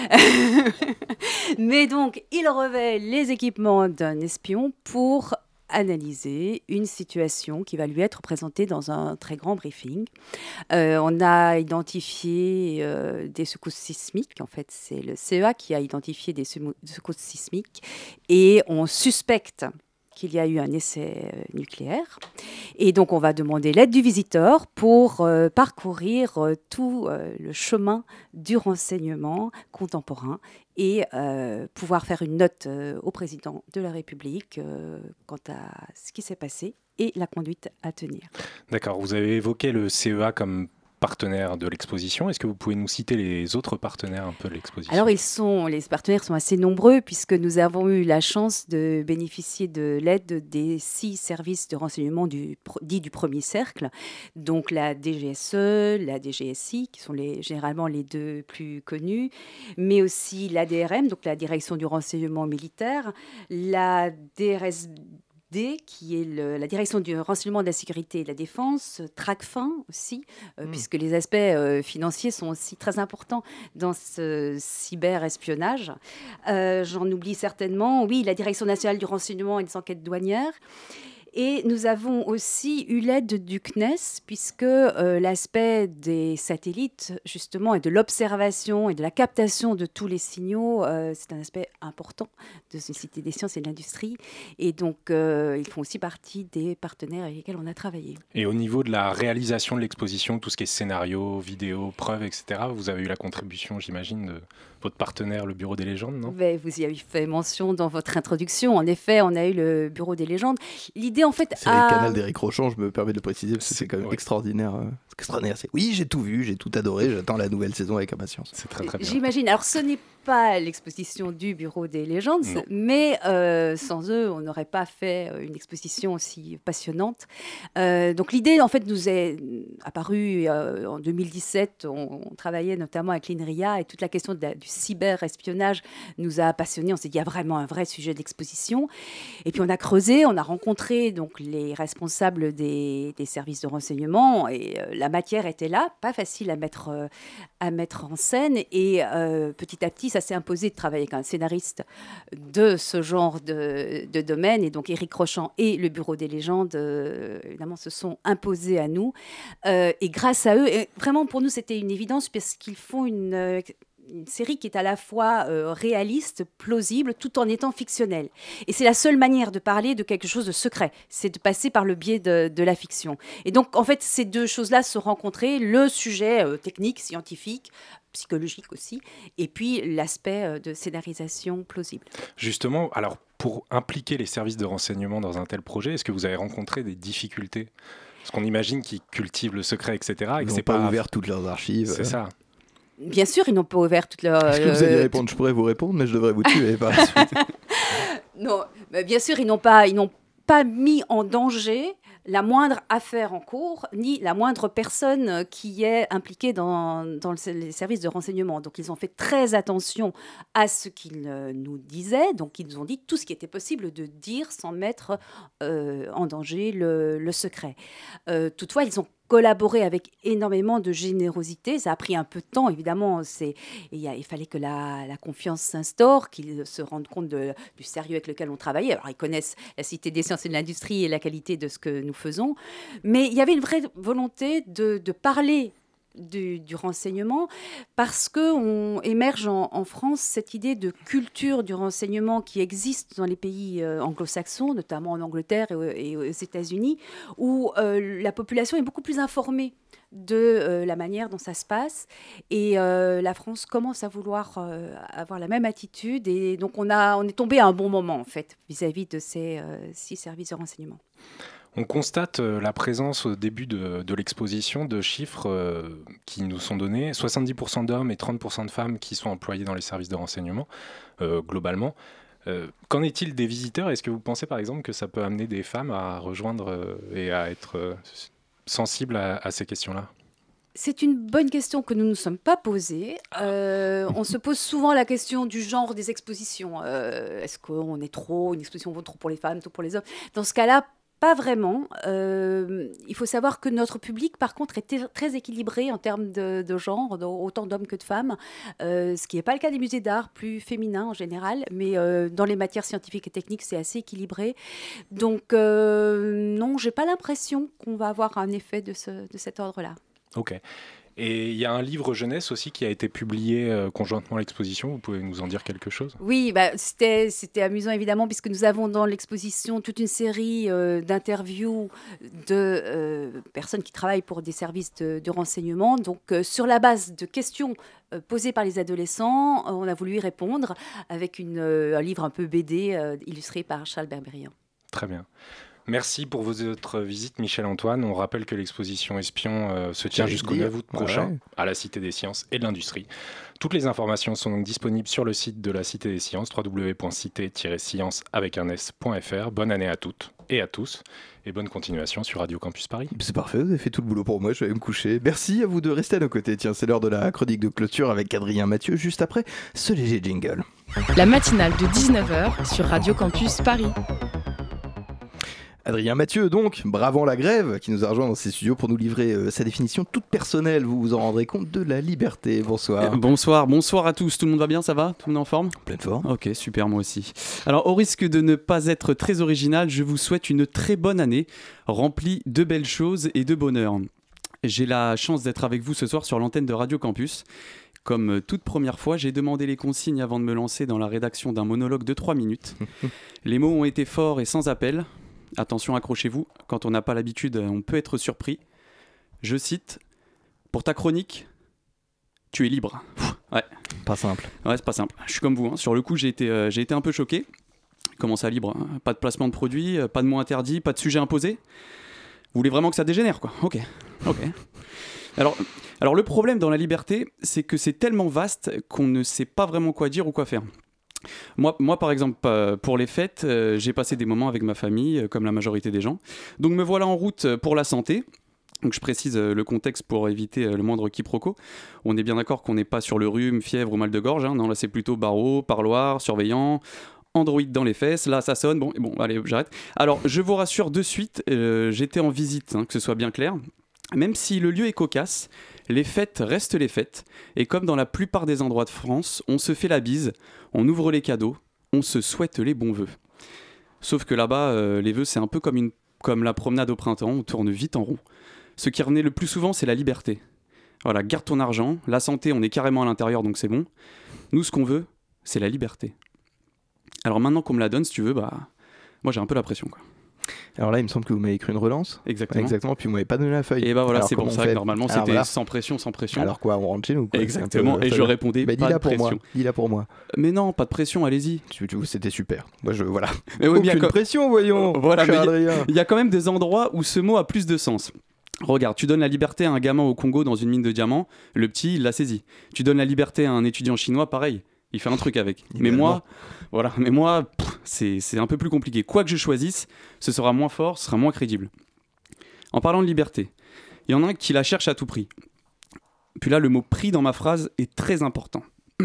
Mais donc, il revêt les équipements d'un espion pour analyser une situation qui va lui être présentée dans un très grand briefing. Euh, on a identifié euh, des secousses sismiques. En fait, c'est le C E A qui a identifié des secousses sismiques et on suspecte qu'il y a eu un essai euh, nucléaire. Et donc, on va demander l'aide du visiteur pour euh, parcourir euh, tout euh, le chemin du renseignement contemporain et euh, pouvoir faire une note euh, au président de la République euh, quant à ce qui s'est passé et la conduite à tenir. D'accord, vous avez évoqué le C E A comme partenaires de l'exposition. Est-ce que vous pouvez nous citer les autres partenaires un peu de l'exposition ? Alors, ils sont, les partenaires sont assez nombreux puisque nous avons eu la chance de bénéficier de l'aide des six services de renseignement du, dits du premier cercle, donc la D G S E, la D G S I, qui sont les, généralement les deux plus connus, mais aussi la D R M, donc la Direction du renseignement militaire, la D R S D, qui est le, la direction du renseignement de la sécurité et de la défense, TRACFIN aussi, euh, mmh. puisque les aspects euh, financiers sont aussi très importants dans ce cyberespionnage. Euh, j'en oublie certainement, oui, la direction nationale du renseignement et des enquêtes douanières. Et nous avons aussi eu l'aide du C N E S, puisque euh, l'aspect des satellites, justement, et de l'observation et de la captation de tous les signaux, euh, c'est un aspect important de cette Cité des Sciences et de l'Industrie. Et donc, euh, ils font aussi partie des partenaires avec lesquels on a travaillé. Et au niveau de la réalisation de l'exposition, tout ce qui est scénario, vidéo, preuves, et cetera, vous avez eu la contribution, j'imagine, de votre partenaire, le Bureau des légendes, non ? Mais vous y avez fait mention dans votre introduction. En effet, on a eu le Bureau des légendes. L'idée, en fait, c'est a... le canal d'Éric Rochon, je me permets de le préciser parce que c'est quand même ouais. extraordinaire. Euh, extraordinaire. C'est... Oui, j'ai tout vu, j'ai tout adoré, j'attends la nouvelle saison avec impatience. C'est très très bien. J'imagine. Alors, ce n'est pas l'exposition du Bureau des légendes, non. mais euh, sans eux, on n'aurait pas fait une exposition aussi passionnante. Euh, donc, l'idée, en fait, nous est apparue euh, en deux mille dix-sept. On, on travaillait notamment avec l'INRIA et toute la question de la, du cyber-espionnage nous a passionnés. On s'est dit, il y a vraiment un vrai sujet d'exposition. Et puis, on a creusé, on a rencontré donc, les responsables des, des services de renseignement et euh, la matière était là, pas facile à mettre, euh, à mettre en scène. Et euh, petit à petit, ça s'est imposé de travailler avec un scénariste de ce genre de, de domaine. Et donc, Éric Rochon et le Bureau des légendes, euh, évidemment, se sont imposés à nous. Euh, et grâce à eux, et vraiment pour nous, c'était une évidence parce qu'ils font une... Euh, une série qui est à la fois euh, réaliste, plausible, tout en étant fictionnelle. Et c'est la seule manière de parler de quelque chose de secret, c'est de passer par le biais de, de la fiction. Et donc, en fait, ces deux choses-là se rencontraient, le sujet euh, technique, scientifique, psychologique aussi, et puis l'aspect euh, de scénarisation plausible. Justement, alors, pour impliquer les services de renseignement dans un tel projet, est-ce que vous avez rencontré des difficultés ? Parce qu'on imagine qu'ils cultivent le secret, et cetera. Et Ils que n'ont c'est pas pas ouvert toutes leurs archives. C'est ça. Bien sûr, ils n'ont pas ouvert toute leur... Est-ce que vous allez euh, répondre? Je pourrais vous répondre, mais je devrais vous tuer par la suite. Non, mais bien sûr, ils n'ont pas, ils n'ont pas mis en danger la moindre affaire en cours, ni la moindre personne qui est impliquée dans, dans le, les services de renseignement. Donc, ils ont fait très attention à ce qu'ils euh, nous disaient. Donc, ils nous ont dit tout ce qui était possible de dire sans mettre euh, en danger le, le secret. Euh, toutefois, ils ont collaboré avec énormément de générosité. Ça a pris un peu de temps, évidemment. C'est, il, a, il fallait que la, la confiance s'instaure, qu'ils se rendent compte de, du sérieux avec lequel on travaillait. Alors, ils connaissent la Cité des sciences et de l'industrie et la qualité de ce que nous faisons. Mais il y avait une vraie volonté de, de parler Du, du renseignement, parce qu'on émerge en, en France cette idée de culture du renseignement qui existe dans les pays euh, anglo-saxons, notamment en Angleterre et, et aux États-Unis, où euh, la population est beaucoup plus informée de euh, la manière dont ça se passe. Et euh, la France commence à vouloir euh, avoir la même attitude. Et donc, on, a, on est tombé à un bon moment, en fait, vis-à-vis de ces euh, six services de renseignement. On constate euh, la présence au début de, de l'exposition de chiffres euh, qui nous sont donnés. soixante-dix pour cent d'hommes et trente pour cent de femmes qui sont employés dans les services de renseignement, euh, globalement. Euh, qu'en est-il des visiteurs? Est-ce que vous pensez par exemple que ça peut amener des femmes à rejoindre euh, et à être euh, sensibles à, à ces questions-là? C'est une bonne question que nous ne nous sommes pas posée. Euh, on se pose souvent la question du genre des expositions. Euh, est-ce qu'on est trop, une exposition vaut trop pour les femmes, trop pour les hommes? Dans ce cas-là, pas vraiment. Euh, il faut savoir que notre public, par contre, est t- très équilibré en termes de, de genre, de- autant d'hommes que de femmes, euh, ce qui n'est pas le cas des musées d'art, plus féminins en général, mais euh, dans les matières scientifiques et techniques, c'est assez équilibré. Donc, euh, non, je n'ai pas l'impression qu'on va avoir un effet de, ce, de cet ordre-là. Ok. Et il y a un livre jeunesse aussi qui a été publié euh, conjointement à l'exposition. Vous pouvez nous en dire quelque chose? Oui, bah, c'était, c'était amusant évidemment, puisque nous avons dans l'exposition toute une série euh, d'interviews de euh, personnes qui travaillent pour des services de, de renseignement. Donc, euh, sur la base de questions euh, posées par les adolescents, euh, on a voulu y répondre avec une, euh, un livre un peu B D euh, illustré par Charles Berberian. Très bien. Merci pour votre visite, Michel-Antoine. On rappelle que l'exposition Espion euh, se tient J'allais jusqu'au dire. neuf août prochain Ouais. à la Cité des Sciences et de l'Industrie. Toutes les informations sont donc disponibles sur le site de la Cité des Sciences, w w w point cité tiret science avec un s point f r. Bonne année à toutes et à tous et bonne continuation sur Radio Campus Paris. C'est parfait, vous avez fait tout le boulot pour moi, je vais me coucher. Merci à vous de rester à nos côtés. Tiens, c'est l'heure de la chronique de clôture avec Adrien Mathieu, juste après ce léger jingle. La matinale de dix-neuf heures sur Radio Campus Paris. Adrien Mathieu, donc, bravant la grève, qui nous a rejoint dans ses studios pour nous livrer euh, sa définition toute personnelle, vous vous en rendrez compte, de la liberté. Bonsoir. Euh, bonsoir, bonsoir à tous. Tout le monde va bien, ça va? Tout le monde est en forme? Pleine forme. Ok, super, moi aussi. Alors, au risque de ne pas être très original, je vous souhaite une très bonne année, remplie de belles choses et de bonheur. J'ai la chance d'être avec vous ce soir sur l'antenne de Radio Campus. Comme toute première fois, j'ai demandé les consignes avant de me lancer dans la rédaction d'un monologue de trois minutes. Les mots ont été forts et sans appel. Attention, accrochez-vous, quand on n'a pas l'habitude, on peut être surpris. Je cite, « Pour ta chronique, tu es libre. » Ouais. Pas simple. Ouais, c'est pas simple. Je suis comme vous, hein. Sur le coup, j'ai été, euh, j'ai été un peu choqué. Comment ça, libre? Pas de placement de produits, pas de mots interdits, pas de sujet imposé? Vous voulez vraiment que ça dégénère, quoi? Ok, ok. Alors, alors, le problème dans la liberté, c'est que c'est tellement vaste qu'on ne sait pas vraiment quoi dire ou quoi faire. Moi, moi, par exemple, euh, pour les fêtes, euh, j'ai passé des moments avec ma famille, euh, comme la majorité des gens. Donc me voilà en route pour la santé. Donc je précise euh, le contexte pour éviter euh, le moindre quiproquo. On est bien d'accord qu'on n'est pas sur le rhume, fièvre ou mal de gorge. Hein. Non, là c'est plutôt barreau, parloir, surveillant, Android dans les fesses. Là ça sonne. Bon, bon allez, j'arrête. Alors je vous rassure de suite, euh, j'étais en visite, hein, que ce soit bien clair. Même si le lieu est cocasse, les fêtes restent les fêtes. Et comme dans la plupart des endroits de France, on se fait la bise, on ouvre les cadeaux, on se souhaite les bons vœux. Sauf que là-bas, euh, les vœux, c'est un peu comme, une, comme la promenade au printemps, on tourne vite en rond. Ce qui revenait le plus souvent, c'est la liberté. Voilà, garde ton argent, la santé, on est carrément à l'intérieur, donc c'est bon. Nous, ce qu'on veut, c'est la liberté. Alors maintenant qu'on me la donne, si tu veux, bah, moi j'ai un peu la pression, quoi. Alors là, il me semble que vous m'avez écrit une relance. Exactement. Exactement, puis vous m'avez pas donné la feuille. Et bah voilà, Alors, c'est pour comment ça on que fait normalement Alors c'était voilà. sans pression, sans pression. Alors quoi, on rentre chez nous quoi. Exactement, peu, et je répondais bah, pas dis-la de pour pression. moi. Dis-la pour moi. Mais non, pas de pression, allez-y. Tu- tu- C'était super. Moi, je voilà. Mais oui, mais il y a Aucune co- pression, voyons. Voilà, cher mais il y a- Adrien. il y a quand même des endroits où ce mot a plus de sens. Regarde, tu donnes la liberté à un gamin au Congo dans une mine de diamants, le petit, il l'a saisi. Tu donnes la liberté à un étudiant chinois, pareil, il fait un truc avec. Mais Idéalement. moi, voilà, mais moi, pff, c'est c'est un peu plus compliqué. Quoi que je choisisse, ce sera moins fort, ce sera moins crédible. En parlant de liberté, il y en a un qui la cherche à tout prix. Puis là, le mot prix dans ma phrase est très important.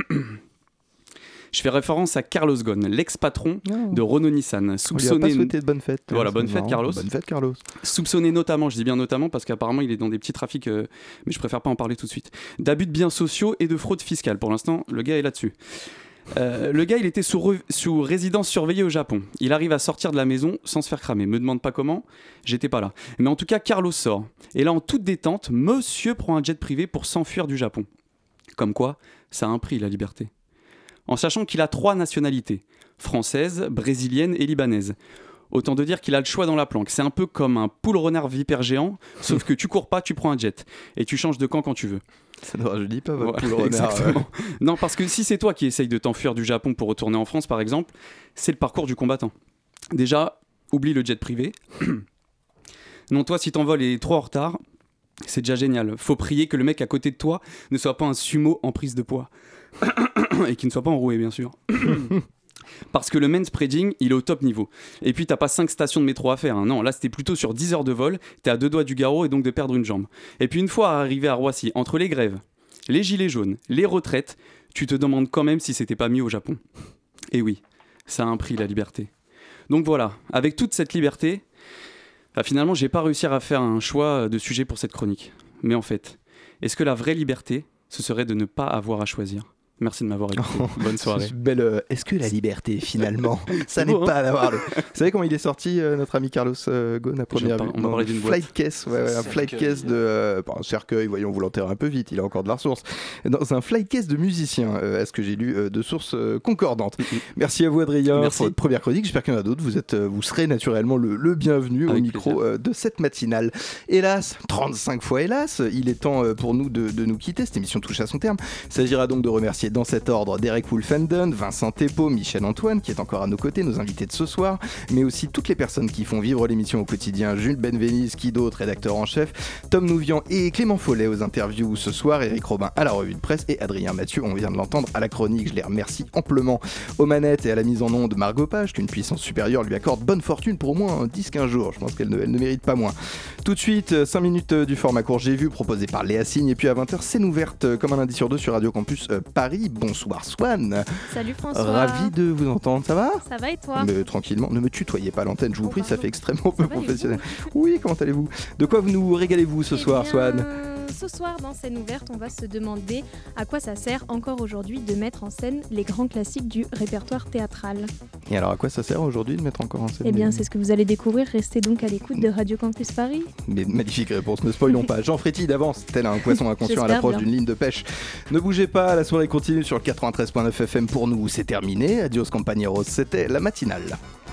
Je fais référence à Carlos Ghosn, l'ex-patron Oh. de Renault-Nissan, On lui a pas soupçonné souhaité de bonne fête. Voilà, C'est bonne fête, marrant. Carlos. Bonne fête, Carlos. soupçonné notamment, je dis bien notamment parce qu'apparemment il est dans des petits trafics, euh, mais je préfère pas en parler tout de suite, d'abus de biens sociaux et de fraude fiscale. Pour l'instant, le gars est là-dessus. Euh, le gars, il était sous, re- sous résidence surveillée au Japon. Il arrive à sortir de la maison sans se faire cramer. Me demande pas comment, j'étais pas là. Mais en tout cas, Carlos sort. Et là, en toute détente, monsieur prend un jet privé pour s'enfuir du Japon. Comme quoi, ça a un prix, la liberté. En sachant qu'il a trois nationalités, française, brésilienne et libanaise. Autant de dire qu'il a le choix dans la planque. C'est un peu comme un poule renard vipère géant, sauf que tu cours pas, tu prends un jet. Et tu changes de camp quand tu veux. Ça ne rajeunit pas votre Ouais, poule renard. exactement. Non, parce que si c'est toi qui essaye de t'enfuir du Japon pour retourner en France, par exemple, c'est le parcours du combattant. Déjà, oublie le jet privé. Non, toi, si t'envoles et trop en retard, c'est déjà génial. Faut prier que le mec à côté de toi ne soit pas un sumo en prise de poids. Et qu'il ne soit pas enroué, bien sûr. Parce que le manspreading, il est au top niveau. Et puis, t'as pas cinq stations de métro à faire. Hein. Non, là, c'était plutôt sur dix heures de vol. T'es à deux doigts du garrot et donc de perdre une jambe. Et puis, une fois arrivé à Roissy, entre les grèves, les gilets jaunes, les retraites, tu te demandes quand même si c'était pas mieux au Japon. Et oui, ça a un prix, la liberté. Donc voilà, avec toute cette liberté, bah, finalement, j'ai pas réussi à faire un choix de sujet pour cette chronique. Mais en fait, est-ce que la vraie liberté, ce serait de ne pas avoir à choisir ? Merci de m'avoir écouté. Bonne soirée. Belle, euh, est-ce que la liberté, finalement, ça n'est beau, hein. pas d'avoir le... Vous savez comment il est sorti, euh, notre ami Carlos euh, Ghosn, à première Je vue parle- on m'a parlé d'une boîte. Flight case, ouais, ouais, un flight case de... Euh, bon, un cercueil, voyons, vous l'enterrez un peu vite, il a encore de la ressource. Dans un flight case de musicien, euh, à ce que j'ai lu euh, de sources euh, concordantes. Mm-hmm. Merci à vous, Adrien, Merci. pour votre première chronique. J'espère qu'il y en a d'autres. Vous, êtes, euh, vous serez naturellement le, le bienvenu Avec au micro euh, de cette matinale. Hélas, trente-cinq fois hélas, il est temps euh, pour nous de, de nous quitter. Cette émission touche à son terme. Il s'agira donc de remercier dans cet ordre Derek Wolfenden, Vincent Thépeau, Michel Antoine, qui est encore à nos côtés, nos invités de ce soir, mais aussi toutes les personnes qui font vivre l'émission au quotidien. Jules Benveniste, qui d'autre, rédacteur en chef, Tom Nouvian et Clément Follet aux interviews ce soir, Éric Robin à la revue de presse et Adrien Mathieu, on vient de l'entendre, à la chronique. Je les remercie amplement. Aux manettes et à la mise en onde, Margot Page, qu'une puissance supérieure lui accorde bonne fortune pour au moins dix quinze jours. Je pense qu'elle ne, elle ne mérite pas moins. Tout de suite, cinq minutes du format court J'ai vu, proposé par Léa Signe, et puis à vingt heures, scène ouverte comme un lundi sur deux sur Radio Campus euh, Paris. Bonsoir Swan. Salut François. Ravi de vous entendre, ça va? Ça va et toi? Mais tranquillement, ne me tutoyez pas à l'antenne, je vous Oh, prie, ça pardon. fait extrêmement peu Ça va et professionnel. Oui, comment allez-vous? De quoi vous nous régalez-vous ce Eh soir, bien, Swan? Ce soir, dans Scène ouverte, on va se demander à quoi ça sert encore aujourd'hui de mettre en scène les grands classiques du répertoire théâtral. Et alors, à quoi ça sert aujourd'hui de mettre encore en scène? Eh bien, les- c'est ce que vous allez découvrir. Restez donc à l'écoute de Radio Campus Paris. Mais magnifique réponse, ne spoilons pas. Jean Frétille d'avance, tel un poisson inconscient à J'espère l'approche bien. d'une ligne de pêche. Ne bougez pas, la soirée continue sur le quatre-vingt-treize virgule neuf F M pour nous. C'est terminé. Adios compañeros, c'était la matinale.